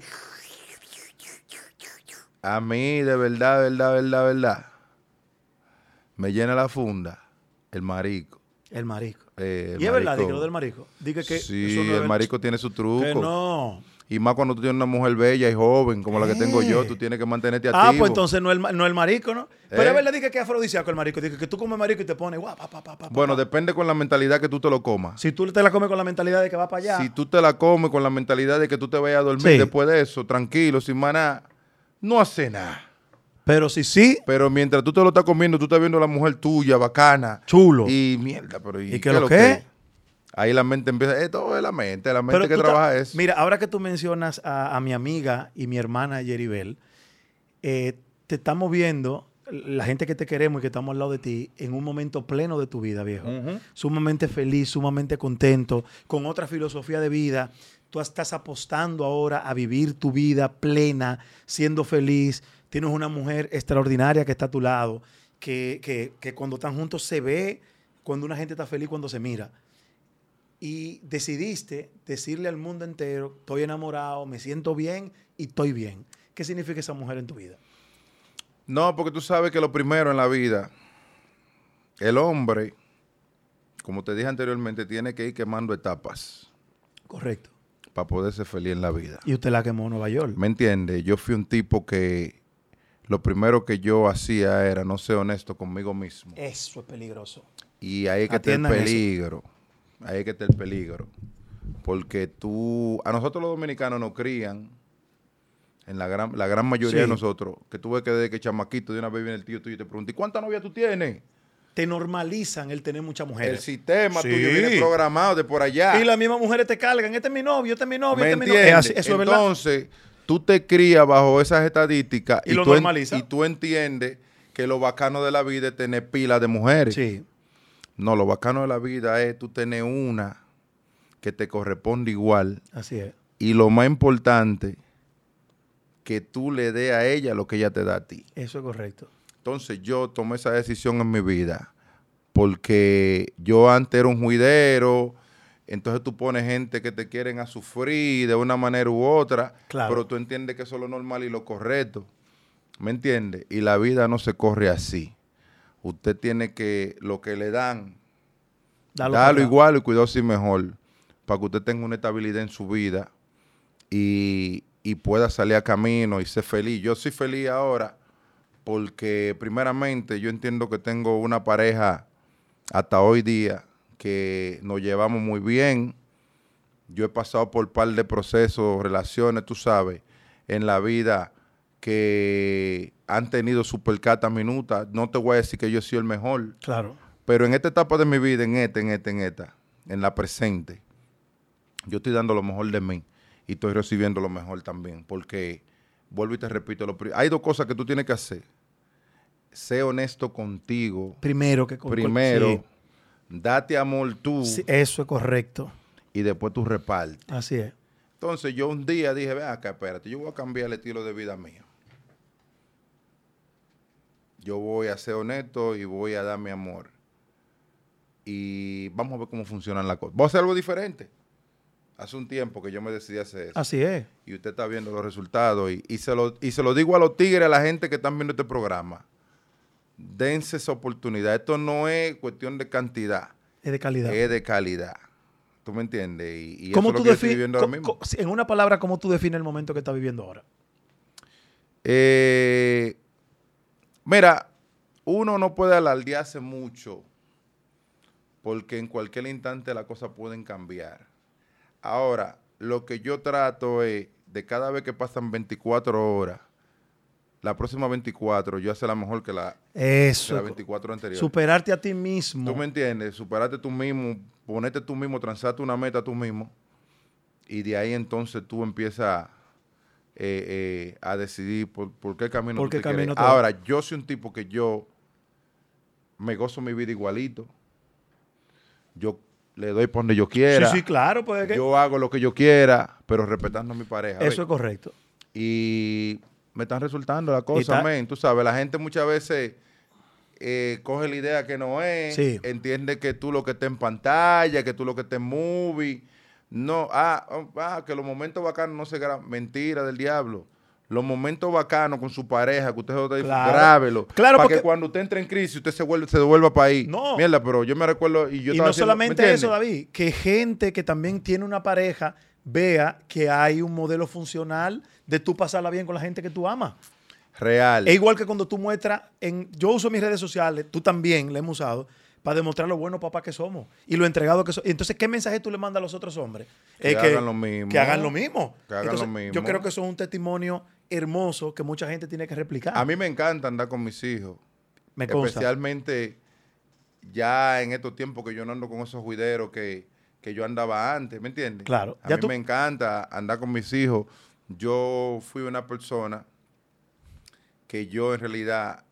A mí, de verdad, me llena la funda el marico. El marisco. El ¿Y es verdad marisco. que lo del marisco? Dije que Sí, eso no es el marico tiene su truco. Que no. Y más cuando tú tienes una mujer bella y joven, como la que tengo yo, tú tienes que mantenerte activo. Ah, pues entonces no el marisco, ¿no? Pero es verdad, dije que es afrodisíaco el marisco. Dije que tú comes marisco y te pones guau, Bueno, depende con la mentalidad que tú te lo comas. Si tú te la comes con la mentalidad de que va para allá. Si tú te la comes con la mentalidad de que tú te vayas a dormir Sí. después de eso, tranquilo, sin maná, no hace nada. Pero si sí, Pero mientras tú te lo estás comiendo, tú estás viendo a la mujer tuya, bacana. chulo. Y mierda, pero ¿y ¿Y qué qué es es lo que es? Ahí la mente empieza, esto es la mente Pero que tú trabaja eso. Mira, ahora que tú mencionas a mi amiga y mi hermana Yeribel, te estamos viendo la gente que te queremos y que estamos al lado de ti en un momento pleno de tu vida, viejo. Sumamente feliz, sumamente contento, con otra filosofía de vida. Tú estás apostando ahora a vivir tu vida plena, siendo feliz. Tienes una mujer extraordinaria que está a tu lado, que cuando están juntos se ve cuando una gente está feliz cuando se mira. Y decidiste decirle al mundo entero, estoy enamorado, me siento bien y estoy bien. ¿Qué significa esa mujer en tu vida? No, porque tú sabes que lo primero en la vida, el hombre, como te dije anteriormente, tiene que ir quemando etapas. Correcto. Para poder ser feliz en la vida. Y usted la quemó en Nueva York. ¿Me entiende? Yo fui un tipo que lo primero que yo hacía era no ser honesto conmigo mismo. Eso es peligroso. Y ahí es que está el peligro. Ahí es que está el peligro. Porque a nosotros los dominicanos nos crían, en la gran mayoría de nosotros, que tú ves que desde que chamaquito de una vez viene el tío tuyo y te pregunta, ¿y cuántas novias tú tienes? Te normalizan el tener muchas mujeres. El sistema tuyo viene programado de por allá. Y las mismas mujeres te cargan. Este es mi novio, este es mi novio, este es mi novio. Eso es verdad. Entonces, tú te crías bajo esas estadísticas y lo normalizas. Y tú entiendes que lo bacano de la vida es tener pilas de mujeres. Sí. No, lo bacano de la vida es tú tener una que te corresponde igual. Así es. Y lo más importante, que tú le des a ella lo que ella te da a ti. Eso es correcto. Entonces yo tomé esa decisión en mi vida porque yo antes era un juidero, entonces tú pones gente que te quieren a sufrir de una manera u otra, pero tú entiendes que eso es lo normal y lo correcto, ¿me entiendes? Y la vida no se corre así. Usted tiene que, lo que le dan, darlo igual y cuidarse mejor, para que usted tenga una estabilidad en su vida y pueda salir a camino y ser feliz. Yo soy feliz ahora porque primeramente yo entiendo que tengo una pareja hasta hoy día que nos llevamos muy bien. Yo he pasado por un par de procesos, relaciones, tú sabes, en la vida que han tenido su percata minuta. No te voy a decir que yo soy el mejor. Claro. Pero en esta etapa de mi vida, en la presente, yo estoy dando lo mejor de mí y estoy recibiendo lo mejor también. Porque, vuelvo y te repito, hay dos cosas que tú tienes que hacer. Sé honesto contigo. Primero. Sí. Date amor tú. Sí, eso es correcto. Y después tú repartes. Así es. Entonces yo un día dije, ve acá, espérate, yo voy a cambiar el estilo de vida mío. Yo voy a ser honesto y voy a dar mi amor. Y vamos a ver cómo funcionan las cosas. Voy a hacer algo diferente. Hace un tiempo que yo me decidí a hacer eso. Así es. Y usted está viendo los resultados. Y se lo digo a los tigres, a la gente que están viendo este programa. Dense esa oportunidad. Esto no es cuestión de cantidad. Es de calidad. Es de calidad. ¿Tú me entiendes? Y ¿Cómo eso es lo tú que yo estoy viviendo ahora mismo. En una palabra, ¿cómo tú defines el momento que estás viviendo ahora? Mira, uno no puede alardearse mucho porque en cualquier instante las cosas pueden cambiar. Ahora, lo que yo trato es de cada vez que pasan 24 horas, la próxima 24 yo hacer la mejor que la 24 anterior. Superarte a ti mismo. ¿Tú me entiendes? Superarte tú mismo, ponerte tú mismo, trazarte una meta tú mismo. Y de ahí entonces tú empiezas a decidir por qué camino tú te quieres. Ahora, yo soy un tipo que yo me gozo mi vida igualito. Yo le doy por donde yo quiera. Sí, claro. Pues yo hago lo que yo quiera, pero respetando a mi pareja. Eso es correcto. Y me están resultando las cosas, men. Tú sabes, la gente muchas veces coge la idea que no es. Sí. Entiende que tú lo que estés en pantalla, que tú lo que estés en movie. No, que los momentos bacanos no se graban. Mentira del diablo. Los momentos bacanos con su pareja, que usted se grábelo. Claro, para que cuando usted entre en crisis, usted se devuelva para ahí. No. Mierda, pero yo me recuerdo y yo y no solamente eso, David, que gente que también tiene una pareja vea que hay un modelo funcional de tú pasarla bien con la gente que tú amas. Real. Es igual que cuando tú muestras, yo uso mis redes sociales, tú también la hemos usado, para demostrar lo buenos papás que somos y lo entregados que somos. Entonces, ¿qué mensaje tú le mandas a los otros hombres? Que hagan lo mismo. Que hagan lo mismo. Que hagan lo mismo. Yo creo que eso es un testimonio hermoso que mucha gente tiene que replicar. A mí me encanta andar con mis hijos. Me consta. Especialmente ya en estos tiempos que yo no ando con esos juideros que yo andaba antes, ¿me entiendes? Claro. A mí me encanta andar con mis hijos. Yo fui una persona que yo en realidad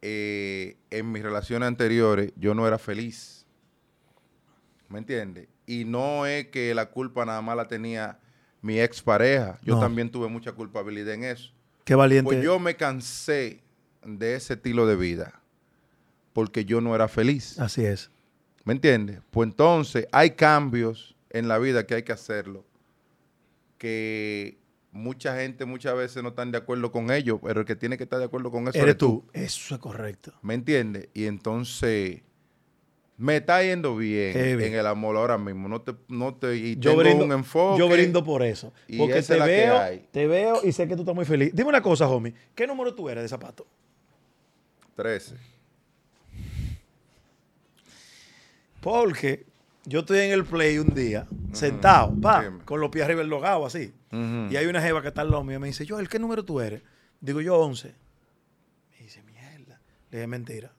en mis relaciones anteriores yo no era feliz. ¿Me entiendes? Y no es que la culpa nada más la tenía mi expareja. Yo también tuve mucha culpabilidad en eso. Qué valiente. Pues yo me cansé de ese estilo de vida porque yo no era feliz. Así es. ¿Me entiendes? Pues entonces hay cambios en la vida que hay que hacerlo, que mucha gente muchas veces no están de acuerdo con ellos, pero el que tiene que estar de acuerdo con eso eres tú. Eso es correcto. ¿Me entiendes? Y entonces me está yendo bien en el amor ahora mismo. Y tengo un enfoque. Yo brindo por eso. Y Porque esa es la que hay. te veo y sé que tú estás muy feliz. Dime una cosa, homie. ¿Qué número tú eres de zapato? 13. Porque yo estoy en el play un día, sentado, con los pies arriba del logado, así. Y hay una jeva que está al lado mío y me dice, Joel, ¿qué número tú eres? Digo, yo 11. Me dice, mierda. Le dije, mentira.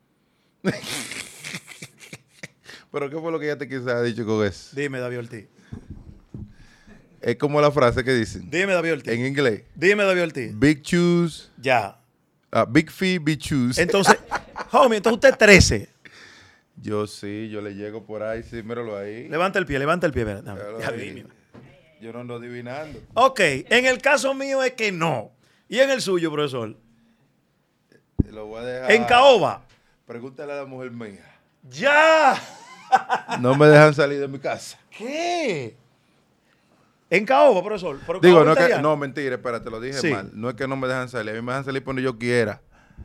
¿Pero qué fue lo que ella te quizás ha dicho con eso? Dime, David Ortiz. Es como la frase que dicen. Dime, David Ortiz. En inglés. Dime, David Ortiz. Big shoes. Ya. Big feet, big shoes. Entonces, homie, entonces usted es 13. Yo sí, yo le llego por ahí, sí, míralo ahí. Levanta el pie. Mira, Yo no ando adivinando. Ok, en el caso mío es que no. ¿Y en el suyo, profesor? Lo voy a dejar. En caoba. Pregúntale a la mujer mía. ¡Ya! No me dejan salir de mi casa. ¿Qué? En caoba, profesor. ¿Pero Digo, caoba no, mentira, espérate, lo dije mal. No es que no me dejan salir, a mí me dejan salir por donde yo quiera.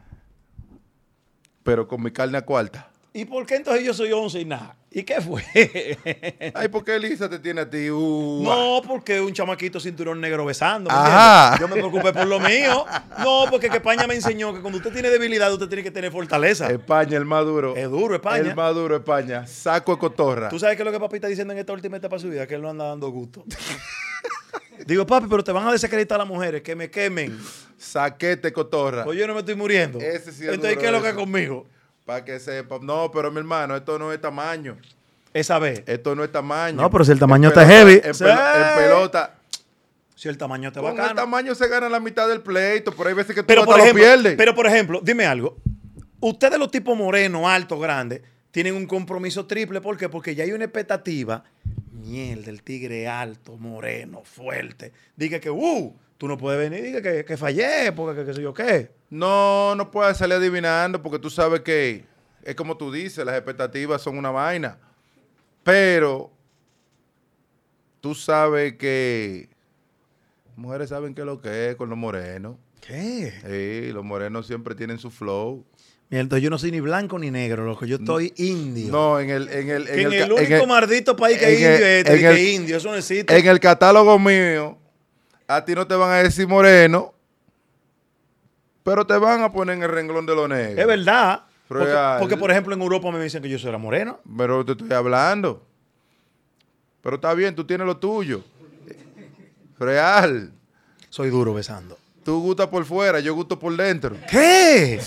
Pero con mi carne a cuarta. ¿Y por qué entonces yo soy 11 y nada? ¿Y qué fue? Ay, ¿por qué Elisa te tiene a ti? No, porque un chamaquito cinturón negro besando. Ajá. Yo me preocupé por lo mío. No, porque que España me enseñó que cuando usted tiene debilidad, usted tiene que tener fortaleza. España, el más duro. Es duro, España. El más duro, España. Saco de cotorra. ¿Tú sabes qué es lo que papi está diciendo en esta última etapa de su vida? Que él no anda dando gusto. Digo, papi, pero te van a desacreditar a las mujeres, que me quemen. Saquete cotorra. Pues yo no me estoy muriendo. Ese sí es entonces, duro ¿qué es lo que es eso. conmigo? Para que sepa. No, pero mi hermano, esto no es tamaño. Esa vez. Esto no es tamaño. No, pero si el tamaño está pelota, heavy. En pelota. Si el tamaño está Con bacano. el tamaño se gana la mitad del pleito, pero hay veces que tú Pero hasta por ejemplo, lo pierdes. pero por ejemplo, dime algo. Ustedes los tipos morenos, altos, grandes, tienen un compromiso triple. ¿Por qué? Porque ya hay una expectativa. Mierda, el tigre alto, moreno, fuerte. Diga que, tú no puedes venir. Diga que fallé, porque que sé yo qué. No puedes salir adivinando porque tú sabes que es como tú dices, las expectativas son una vaina. Pero tú sabes que mujeres saben qué es lo que es con los morenos. ¿Qué? Sí, los morenos siempre tienen su flow. Mira, entonces yo no soy ni blanco ni negro, loco. Yo estoy indio. No, En el único maldito país que es indio es este, que es indio. Eso no existe. En el catálogo mío, a ti no te van a decir moreno, pero te van a poner en el renglón de los negros. Es verdad. Real. Porque, por ejemplo, en Europa me dicen que yo soy la moreno. Pero te estoy hablando. Pero está bien, tú tienes lo tuyo. Real. Soy duro besando. Tú gustas por fuera, yo gusto por dentro. ¿Qué?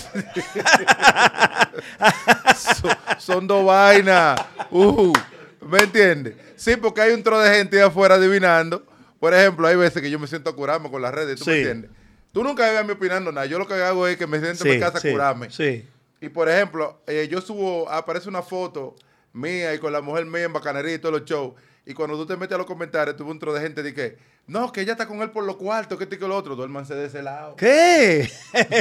Son dos vainas. ¿Me entiendes? Sí, porque hay un tro de gente ahí afuera adivinando. Por ejemplo, hay veces que yo me siento a curarme con las redes. ¿Tú me entiendes? Tú nunca me ves a mí opinando nada. Yo lo que hago es que me siento en mi casa a curarme. Sí. Y por ejemplo, yo subo, aparece una foto mía y con la mujer mía en bacanería y todos los shows. Y cuando tú te metes a los comentarios, tuve un tro de gente de que, no, que ella está con él por los cuartos, que esto y que lo otro. Duérmanse de ese lado. ¿Qué?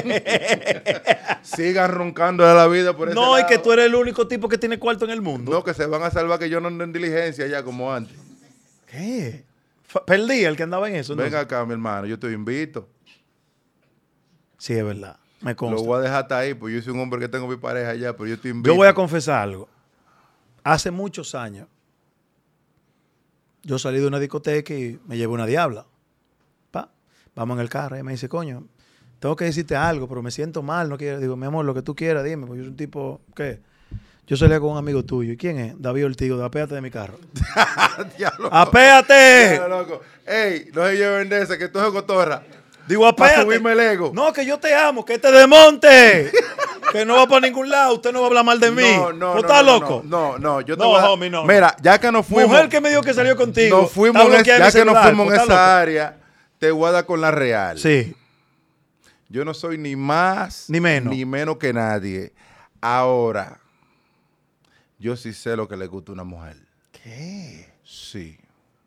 Sigan roncando de la vida por ese lado. No, y que tú eres el único tipo que tiene cuarto en el mundo. No, que se van a salvar que yo no ando en diligencia ya como antes. ¿Qué? Perdí el que andaba en eso. ¿No? Venga acá, mi hermano, yo te invito. Sí, es verdad. Me consta. Lo voy a dejar hasta ahí, pues yo soy un hombre que tengo mi pareja allá, pero yo te invito. Yo voy a confesar algo. Hace muchos años, yo salí de una discoteca y me llevé una diabla. Vamos en el carro. Y me dice, coño, tengo que decirte algo, pero me siento mal. No quiero. Digo, mi amor, lo que tú quieras, dime. Porque yo soy un tipo, ¿qué? Yo salía con un amigo tuyo. ¿Y quién es? David Ortiz. Apéate de mi carro. ¡Apéate! Diablo, loco. Ey, no se lleven de ese, que tú eres cotorra. Digo, apéate. Para subirme el ego. No, que yo te amo, que te desmonte. Que no va para ningún lado. Usted no va a hablar mal de mí. ¿Tú estás loco? No, yo te No, voy a... homie, no. Mira, ya que nos fuimos... Mujer que me dijo que salió contigo. Nos fuimos ya que nos fuimos en esa área, te voy a dar con la real. Sí. Yo no soy ni más Ni menos. ni menos que nadie. Ahora, yo sí sé lo que le gusta a una mujer. ¿Qué? Sí.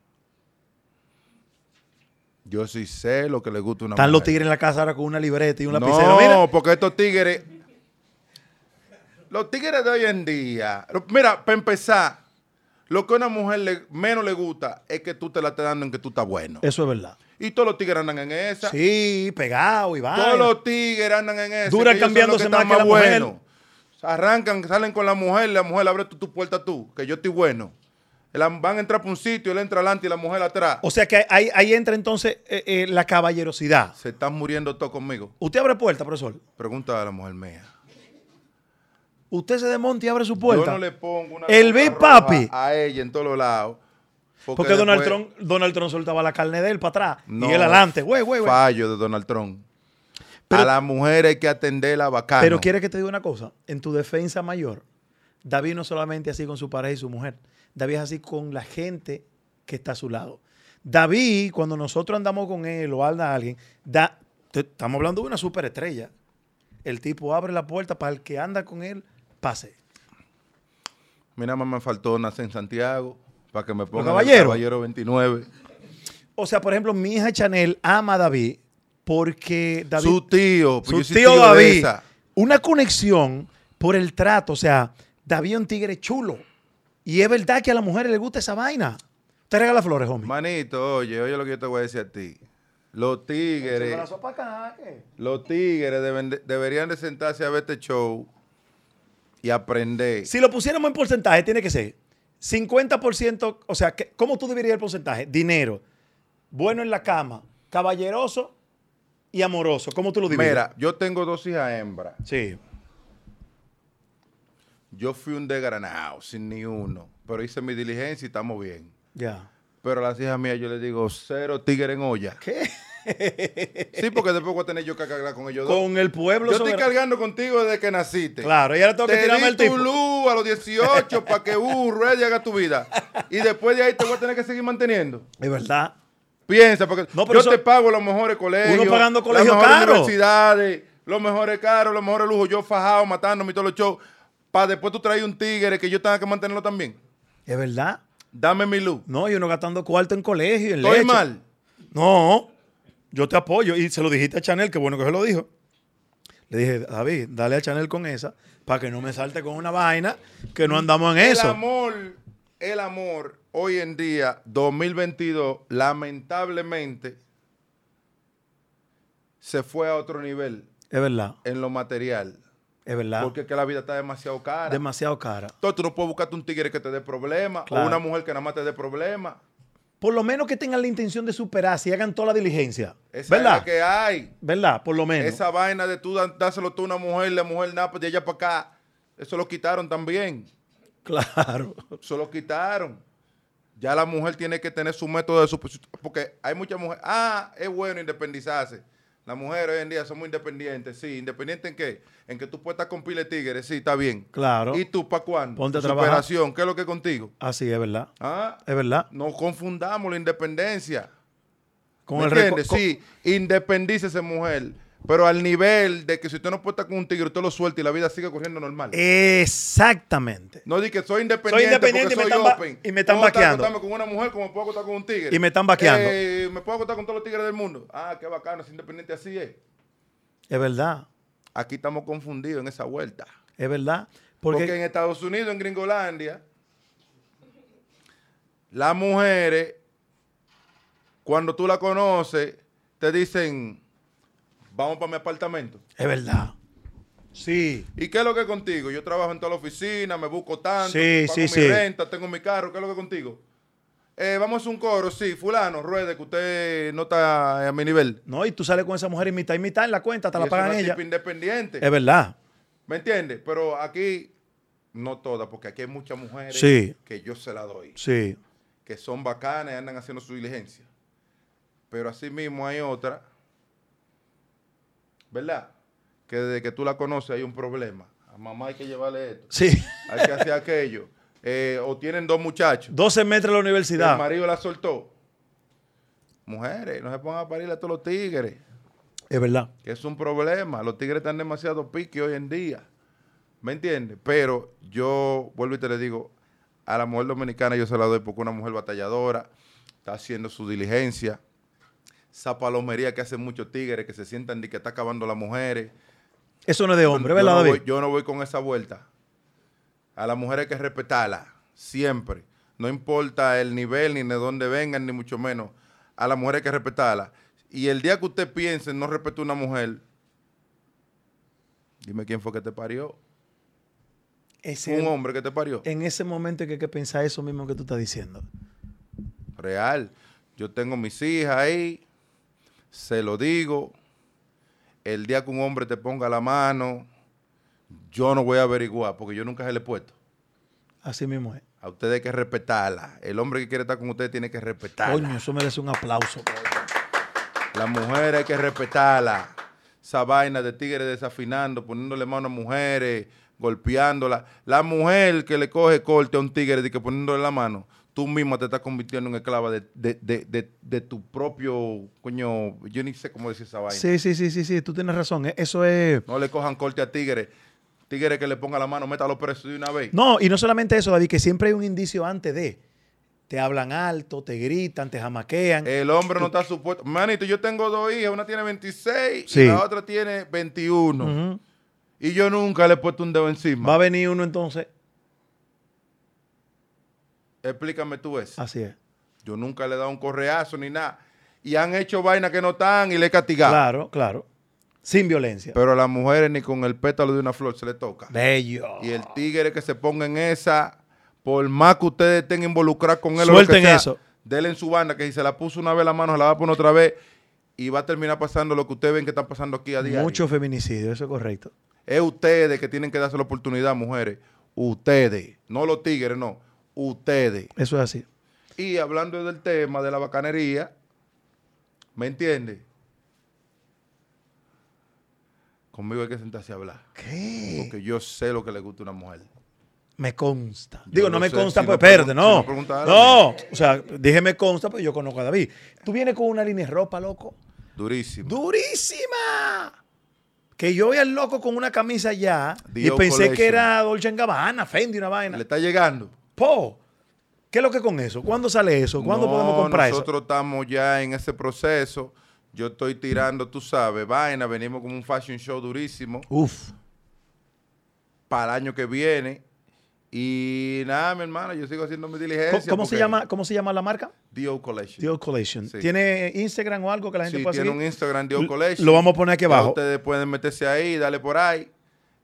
Yo sí sé lo que le gusta a una Están mujer. los tigres en la casa ahora con una libreta y un lapicero. No, Mira. porque estos tigres... Los tigres de hoy en día... Mira, para empezar, lo que a una mujer menos le gusta es que tú te la estés dando en que tú estás bueno. Eso es verdad. Y todos los tigres andan en esa. Sí, pegado y va. Todos los tigres andan en esa. Dura que ellos son cambiándose los que más están que la mujer. buenos. Arrancan, salen con la mujer abre tu puerta tú, que yo estoy bueno. Van a entrar por un sitio, él entra adelante y la mujer atrás. O sea que ahí entra entonces la caballerosidad. Se están muriendo todos conmigo. ¿Usted abre puerta, profesor? Pregunta a la mujer mía. Usted se desmonta y abre su puerta. Yo no le pongo una El alfombra Big roja Papi. a ella en todos los lados. Porque Donald después Trump soltaba la carne de él para atrás. no, y él adelante. Güey. fallo de Donald Trump. Pero- a la mujer hay que atenderla bacana. Pero quiere que te diga una cosa. En tu defensa mayor, David no solamente así con su pareja y su mujer. David es así con la gente que está a su lado. David, cuando nosotros andamos con él o anda alguien, estamos hablando de una superestrella. El tipo abre la puerta para el que anda con él, pase. Mira, más me faltó nacer en Santiago para que me pongan caballeros? Caballero 29. O sea, por ejemplo, mi hija Chanel ama a David porque David... Su tío. Su yo soy tío de David. esa. Una conexión por el trato. O sea, David es un tigre chulo. Y es verdad que a las mujeres les gusta esa vaina. Te regala flores, homie. Manito, oye lo que yo te voy a decir a ti. Los tigres deberían de sentarse a ver este show y aprender. Si lo pusiéramos en porcentaje, tiene que ser 50%. O sea, ¿cómo tú dividirías el porcentaje? Dinero, bueno en la cama, caballeroso y amoroso. ¿Cómo tú lo divides? Mira, yo tengo 2 hijas hembras. Sí. Yo fui un desgranado, sin ni uno. Pero hice mi diligencia y estamos bien. Ya. Pero a las hijas mías yo les digo, 0 tigre en olla. ¿Qué? Sí, porque después voy a tener yo que cargar con ellos dos. Con el pueblo Yo estoy soberano. cargando contigo desde que naciste. Claro, y ahora tengo que Te tirarme di el tipo. tu luz a los 18 para que ruede y haga tu vida. Y después de ahí te voy a tener que seguir manteniendo. Es verdad. Piensa, porque No, pero yo te pago los mejores colegios. Uno pagando colegios las mejores caros. universidades, los mejores carros, los mejores lujos. Yo fajado, matándome y todos los shows. Para después tú traes un tigre que yo tenga que mantenerlo también. Es verdad. Dame mi luz. No, y uno gastando cuarto en colegio, en ¿Estoy leche. mal? No, yo te apoyo. Y se lo dijiste a Chanel, qué bueno que se lo dijo. Le dije, David, dale a Chanel con esa para que no me salte con una vaina que no andamos en eso. El amor, hoy en día, 2022, lamentablemente, se fue a otro nivel Es verdad, en lo material. es verdad. Porque es que la vida está demasiado cara. Demasiado cara. Entonces tú no puedes buscarte un tigre que te dé problemas Claro. o una mujer que nada más te dé problemas. Por lo menos que tengan la intención de superarse y hagan toda la diligencia. Esa es ¿Verdad? la que hay. ¿Verdad? Por lo menos. Esa vaina de tú dárselo tú a una mujer, la mujer nada, pues de allá para acá. Eso lo quitaron también. Claro. Eso lo quitaron. Ya la mujer tiene que tener su método de su... Porque hay muchas mujeres... es bueno independizarse. Las mujeres hoy en día somos independientes. Sí, ¿independiente en qué? En que tú puedes estar con pile de tigres. Sí, está bien. Claro. ¿Y tú para cuándo? Ponte a Tu trabajar. superación. ¿Qué es lo que es contigo? Así es verdad. ¿Ah? Es verdad. No confundamos la independencia. Con ¿Me el entiendes? Sí, independícese mujer. Pero al nivel de que si usted no puede estar con un tigre, usted lo suelta y la vida sigue corriendo normal. Exactamente. No di que soy independiente independiente porque y soy open. y me están Puedo estar vaqueando. acostarme con una mujer como puedo acostar con un tigre. Y me están vaqueando. Me puedo acostar con todos los tigres del mundo. Qué bacano, es independiente, así es. Es verdad. Aquí estamos confundidos en esa vuelta. Es verdad. Porque Porque en Estados Unidos, en Gringolandia, las mujeres, cuando tú la conoces, te dicen, vamos para mi apartamento. es verdad. Sí. ¿Y qué es lo que es contigo? Yo trabajo en toda la oficina, me busco tanto, Sí, pago sí, mi sí. renta, tengo mi carro. ¿Qué es lo que es contigo? Vamos a hacer un coro, sí, fulano, ruede, que usted no está a mi nivel. No, y tú sales con esa mujer y mitad en la cuenta, te Y la es pagan una ella. tipa independiente. Es verdad. ¿Me entiendes? Pero aquí, no todas, porque aquí hay muchas mujeres Sí. que yo se la doy. Sí. Que son bacanas y andan haciendo su diligencia. Pero así mismo hay otra, ¿verdad? Que desde que tú la conoces hay un problema. A mamá hay que llevarle esto, Sí. hay que hacer aquello. O tienen 2 muchachos. 12 metros de la El universidad. marido la soltó. Mujeres, no se pongan a parir a todos los tigres. Es verdad. Que es un problema. Los tigres están demasiado pique hoy en día. ¿Me entiendes? Pero yo vuelvo y te le digo, a la mujer dominicana yo se la doy porque una mujer batalladora, está haciendo su diligencia. Esa palomería que hacen muchos tigres que se sientan de que está acabando las mujeres. Eso no es de hombre, ¿verdad, David? Yo no voy con esa vuelta. A las mujeres hay que respetarlas, siempre. No importa el nivel, ni de dónde vengan, ni mucho menos. A las mujeres hay que respetarlas. Y el día que usted piense en no respetar a una mujer, dime quién fue que te parió. Un hombre que te parió. En ese momento hay que pensar eso mismo que tú estás diciendo. Real. Yo tengo mis hijas ahí, se lo digo. El día que un hombre te ponga la mano, yo no voy a averiguar, porque yo nunca se le he puesto. Así mismo es. A ustedes hay que respetarla. El hombre que quiere estar con ustedes tiene que respetarla. Coño, eso merece un aplauso. La mujer hay que respetarla. Esa vaina de tigres desafinando, poniéndole mano a mujeres, golpeándola. La mujer que le coge corte a un tigre de que poniéndole la mano, tú misma te estás convirtiendo en esclava de tu propio, coño, yo ni sé cómo decir esa vaina. Sí, tú tienes razón. Eso es... No le cojan corte a tigres. Tigres que le ponga la mano, métalo preso de una vez. No, y no solamente eso, David, que siempre hay un indicio antes de... Te hablan alto, te gritan, te jamaquean. El hombre no está supuesto. Manito, yo tengo 2 hijas, una tiene 26 Sí. y la otra tiene 21. Ujú. Y yo nunca le he puesto un dedo encima. Va a venir uno entonces. Explícame tú eso. Así es. Yo nunca le he dado un correazo ni nada. Y han hecho vainas que no están y le he castigado. Claro, claro. Sin violencia. Pero a las mujeres ni con el pétalo de una flor se le toca. Bello. Y el tigre que se ponga en esa, por más que ustedes estén involucrados con él, Suelten o lo que sea, eso. Dele en su banda, que si se la puso una vez la mano, se la va a poner otra vez. Y va a terminar pasando lo que ustedes ven que está pasando aquí a diario. Mucho feminicidio, eso es correcto. Es ustedes que tienen que darse la oportunidad, mujeres. Ustedes. No los tigres, no. Ustedes. Eso es así. Y hablando del tema de la bacanería, ¿me entiendes? Conmigo hay que sentarse a hablar. ¿Qué? Porque yo sé lo que le gusta a una mujer. Me consta. Yo Digo, no lo me sé, consta, si pues no espérate, pregun- no. si no pregunta a No, o sea, dije me consta, pues yo conozco a David. Tú vienes con una línea de ropa, loco. Durísimo. ¡Durísima! Que yo voy al loco con una camisa ya Dio y pensé Collection. que era Dolce & Gabbana, Fendi, una vaina. ¿Le está llegando? Po, ¿qué es lo que con eso? ¿Cuándo sale eso? ¿Cuándo podemos comprar eso? Nosotros estamos ya en ese proceso. Yo estoy tirando, tú sabes, vaina. Venimos con un fashion show durísimo Uf. para el año que viene. Y nada, mi hermano, yo sigo haciendo mi diligencia. ¿Cómo se llama la marca? Dio Collection. Dio Collection. Sí. ¿Tiene Instagram o algo que la gente Sí, pueda tiene seguir? un Instagram, Dio Collection. Lo vamos a poner aquí Ya abajo. ustedes pueden meterse ahí, darle por ahí.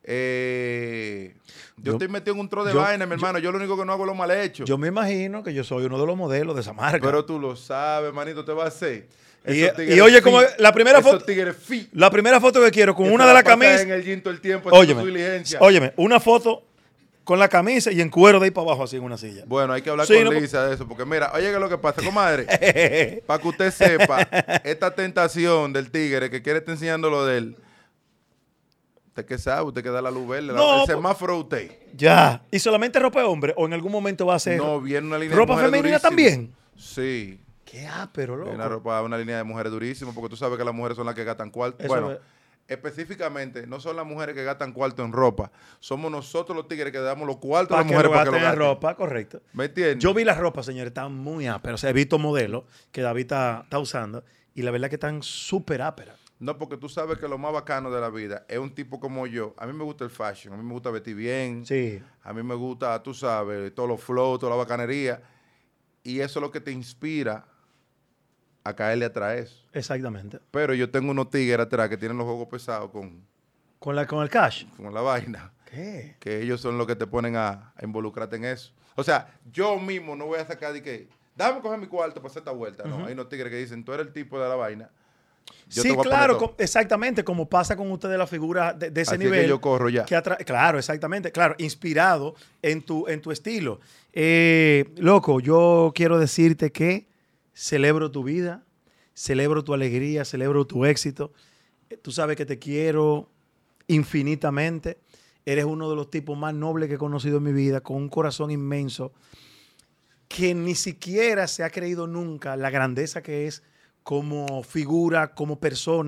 Yo estoy metido en un tro de vaina, mi hermano. Yo lo único que no hago es lo mal hecho. Yo me imagino que yo soy uno de los modelos de esa marca. Pero tú lo sabes, manito, te va a hacer. Y Esos tigres oye, como la primera esos foto, tigres fi. la primera foto que quiero con Que una se de la las pasan camisas. en el gym todo el tiempo haciendo su diligencia. Óyeme, una foto con la camisa y en cuero de ahí para abajo así en una silla. Bueno, hay que hablar Sí, con no, Lisa de eso, porque mira, oye, ¿qué es lo que pasa, comadre? Para que usted sepa, esta tentación del tigre que quiere estar enseñando lo de él, usted que sabe, usted que da la luz verde, No, el semáforo de usted. Ya. ¿Y solamente ropa de hombre o en algún momento va a ser No, viene una línea ropa de mujeres femenina durísima. también? Sí. Qué pero loco. Viene una línea de mujeres durísima, porque tú sabes que las mujeres son las que gastan cuarto. Eso Bueno, es. específicamente, no son las mujeres que gastan cuarto en ropa, somos nosotros los tigres que damos los cuartos a Para las que mujeres lo para que lo gasten en gasten. ropa, correcto. ¿Me entiendes? Yo vi las ropas, señores, están muy áperas. O sea, he visto modelos que David está usando y la verdad es que están súper áperas. No, porque tú sabes que lo más bacano de la vida es un tipo como yo. A mí me gusta el fashion, a mí me gusta vestir bien. Sí. A mí me gusta, tú sabes, todos los flows, toda la bacanería. Y eso es lo que te inspira a caerle atrás eso. Exactamente. Pero yo tengo unos tigres atrás que tienen los juegos pesados Con el cash. con la vaina. ¿Qué? Que ellos son los que te ponen a involucrarte en eso. O sea, yo mismo no voy a sacar de que, dame coger mi cuarto para hacer esta vuelta. No, hay unos tigres que dicen, tú eres el tipo de la vaina. Yo te Sí, voy a poner claro, todo. exactamente, como pasa con ustedes la figura de ese Así nivel. que yo corro ya. Claro, exactamente, claro, inspirado en tu estilo. Loco, yo quiero decirte que celebro tu vida, celebro tu alegría, celebro tu éxito. Tú sabes que te quiero infinitamente. Eres uno de los tipos más nobles que he conocido en mi vida, con un corazón inmenso, que ni siquiera se ha creído nunca la grandeza que es como figura, como persona,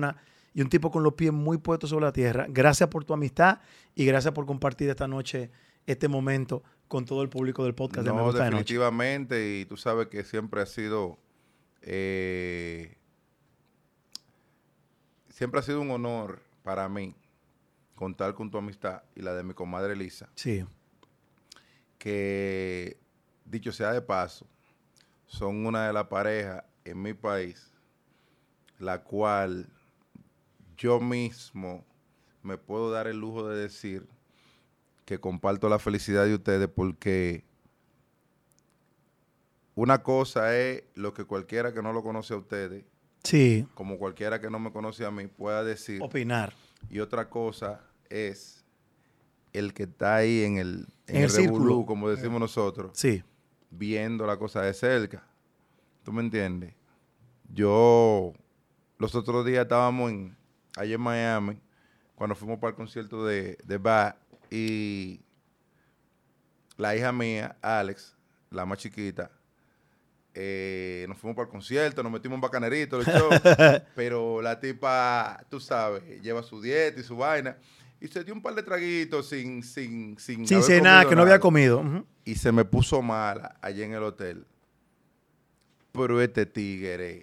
y un tipo con los pies muy puestos sobre la tierra. Gracias por tu amistad y gracias por compartir esta noche, este momento con todo el público del podcast de Me Gusta de Noche. Definitivamente, y tú sabes que siempre ha sido un honor para mí contar con tu amistad y la de mi comadre Elisa. Sí. Que, dicho sea de paso, son una de las parejas en mi país, la cual yo mismo me puedo dar el lujo de decir que comparto la felicidad de ustedes, porque una cosa es lo que cualquiera que no lo conoce a ustedes, sí, como cualquiera que no me conoce a mí, pueda decir. Opinar. Y otra cosa es el que está ahí en el círculo, revolú, como decimos nosotros, sí, viendo la cosa de cerca. ¿Tú me entiendes? Yo, los otros días estábamos allá en Miami, cuando fuimos para el concierto de Bad, y la hija mía, Alex, la más chiquita, nos fuimos para el concierto, nos metimos en bacanerito, el show, pero la tipa, tú sabes, lleva su dieta y su vaina, y se dio un par de traguitos sin cenar, que no había comido. Y se me puso mala allá en el hotel. Pero este tigre,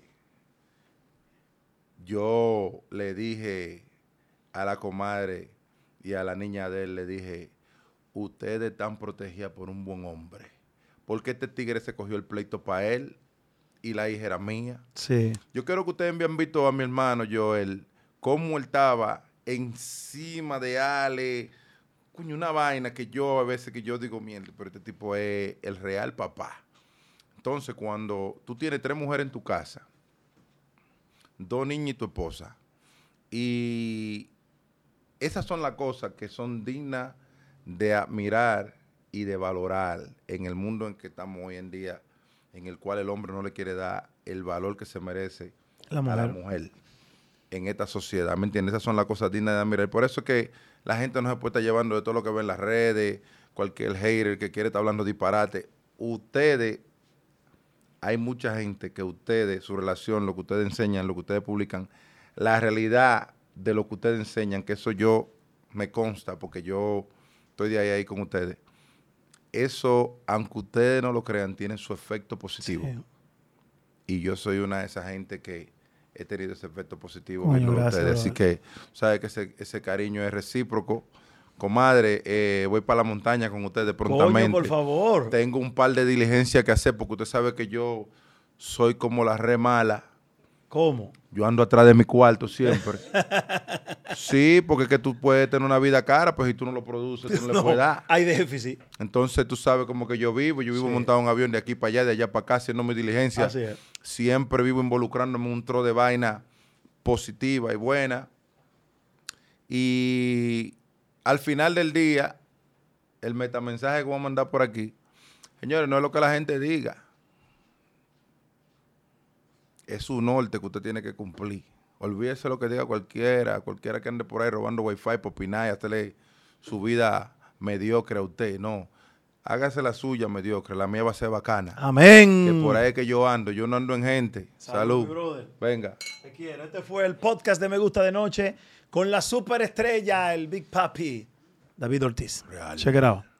yo le dije a la comadre y a la niña de él, le dije, ustedes están protegidas por un buen hombre. Porque este tigre se cogió el pleito para él y la hija era mía. Sí. Yo quiero que ustedes me han visto a mi hermano Joel, cómo él estaba encima de Ale. Coño, una vaina que yo a veces que yo digo, mierda, pero este tipo es el real papá. Entonces, cuando tú tienes 3 mujeres en tu casa, 2 niñas y tu esposa, y esas son las cosas que son dignas de admirar y de valorar en el mundo en que estamos hoy en día, en el cual el hombre no le quiere dar el valor que se merece a la mujer en esta sociedad, ¿me entiendes? Esas son las cosas dignas de admirar. Por eso es que la gente no se puede estar llevando de todo lo que ve en las redes, cualquier hater que quiere estar hablando disparate. Ustedes, hay mucha gente que ustedes, su relación, lo que ustedes enseñan, lo que ustedes publican, la realidad de lo que ustedes enseñan, que eso yo me consta, porque yo estoy de ahí con ustedes. Eso, aunque ustedes no lo crean, tiene su efecto positivo. Sí. Y yo soy una de esas gente que he tenido ese efecto positivo viendo ustedes. Así que, sabes que ese cariño es recíproco. Comadre, voy para la montaña con ustedes prontamente. Coño, por favor. Tengo un par de diligencias que hacer, porque usted sabe que yo soy como la re mala. ¿Cómo? Yo ando atrás de mi cuarto siempre. Sí, porque es que tú puedes tener una vida cara, pues si tú no lo produces, tú no le puedes dar. Hay déficit. Entonces tú sabes como que yo vivo sí. Montado en un avión de aquí para allá, de allá para acá, haciendo mi diligencia. Así es. Siempre vivo involucrándome en un tro de vaina positiva y buena. Y al final del día, el metamensaje que voy a mandar por aquí, señores, no es lo que la gente diga. Es su norte que usted tiene que cumplir. Olvídese lo que diga cualquiera que ande por ahí robando wifi por opinar y hacerle su vida mediocre a usted. No, hágase la suya mediocre, la mía va a ser bacana. Amén. Que por ahí es que yo ando no ando en gente. Salud. Mi brother. Venga. Te quiero. Este fue el podcast de Me Gusta de Noche con la superestrella, el Big Papi, David Ortiz. Real. Check it out.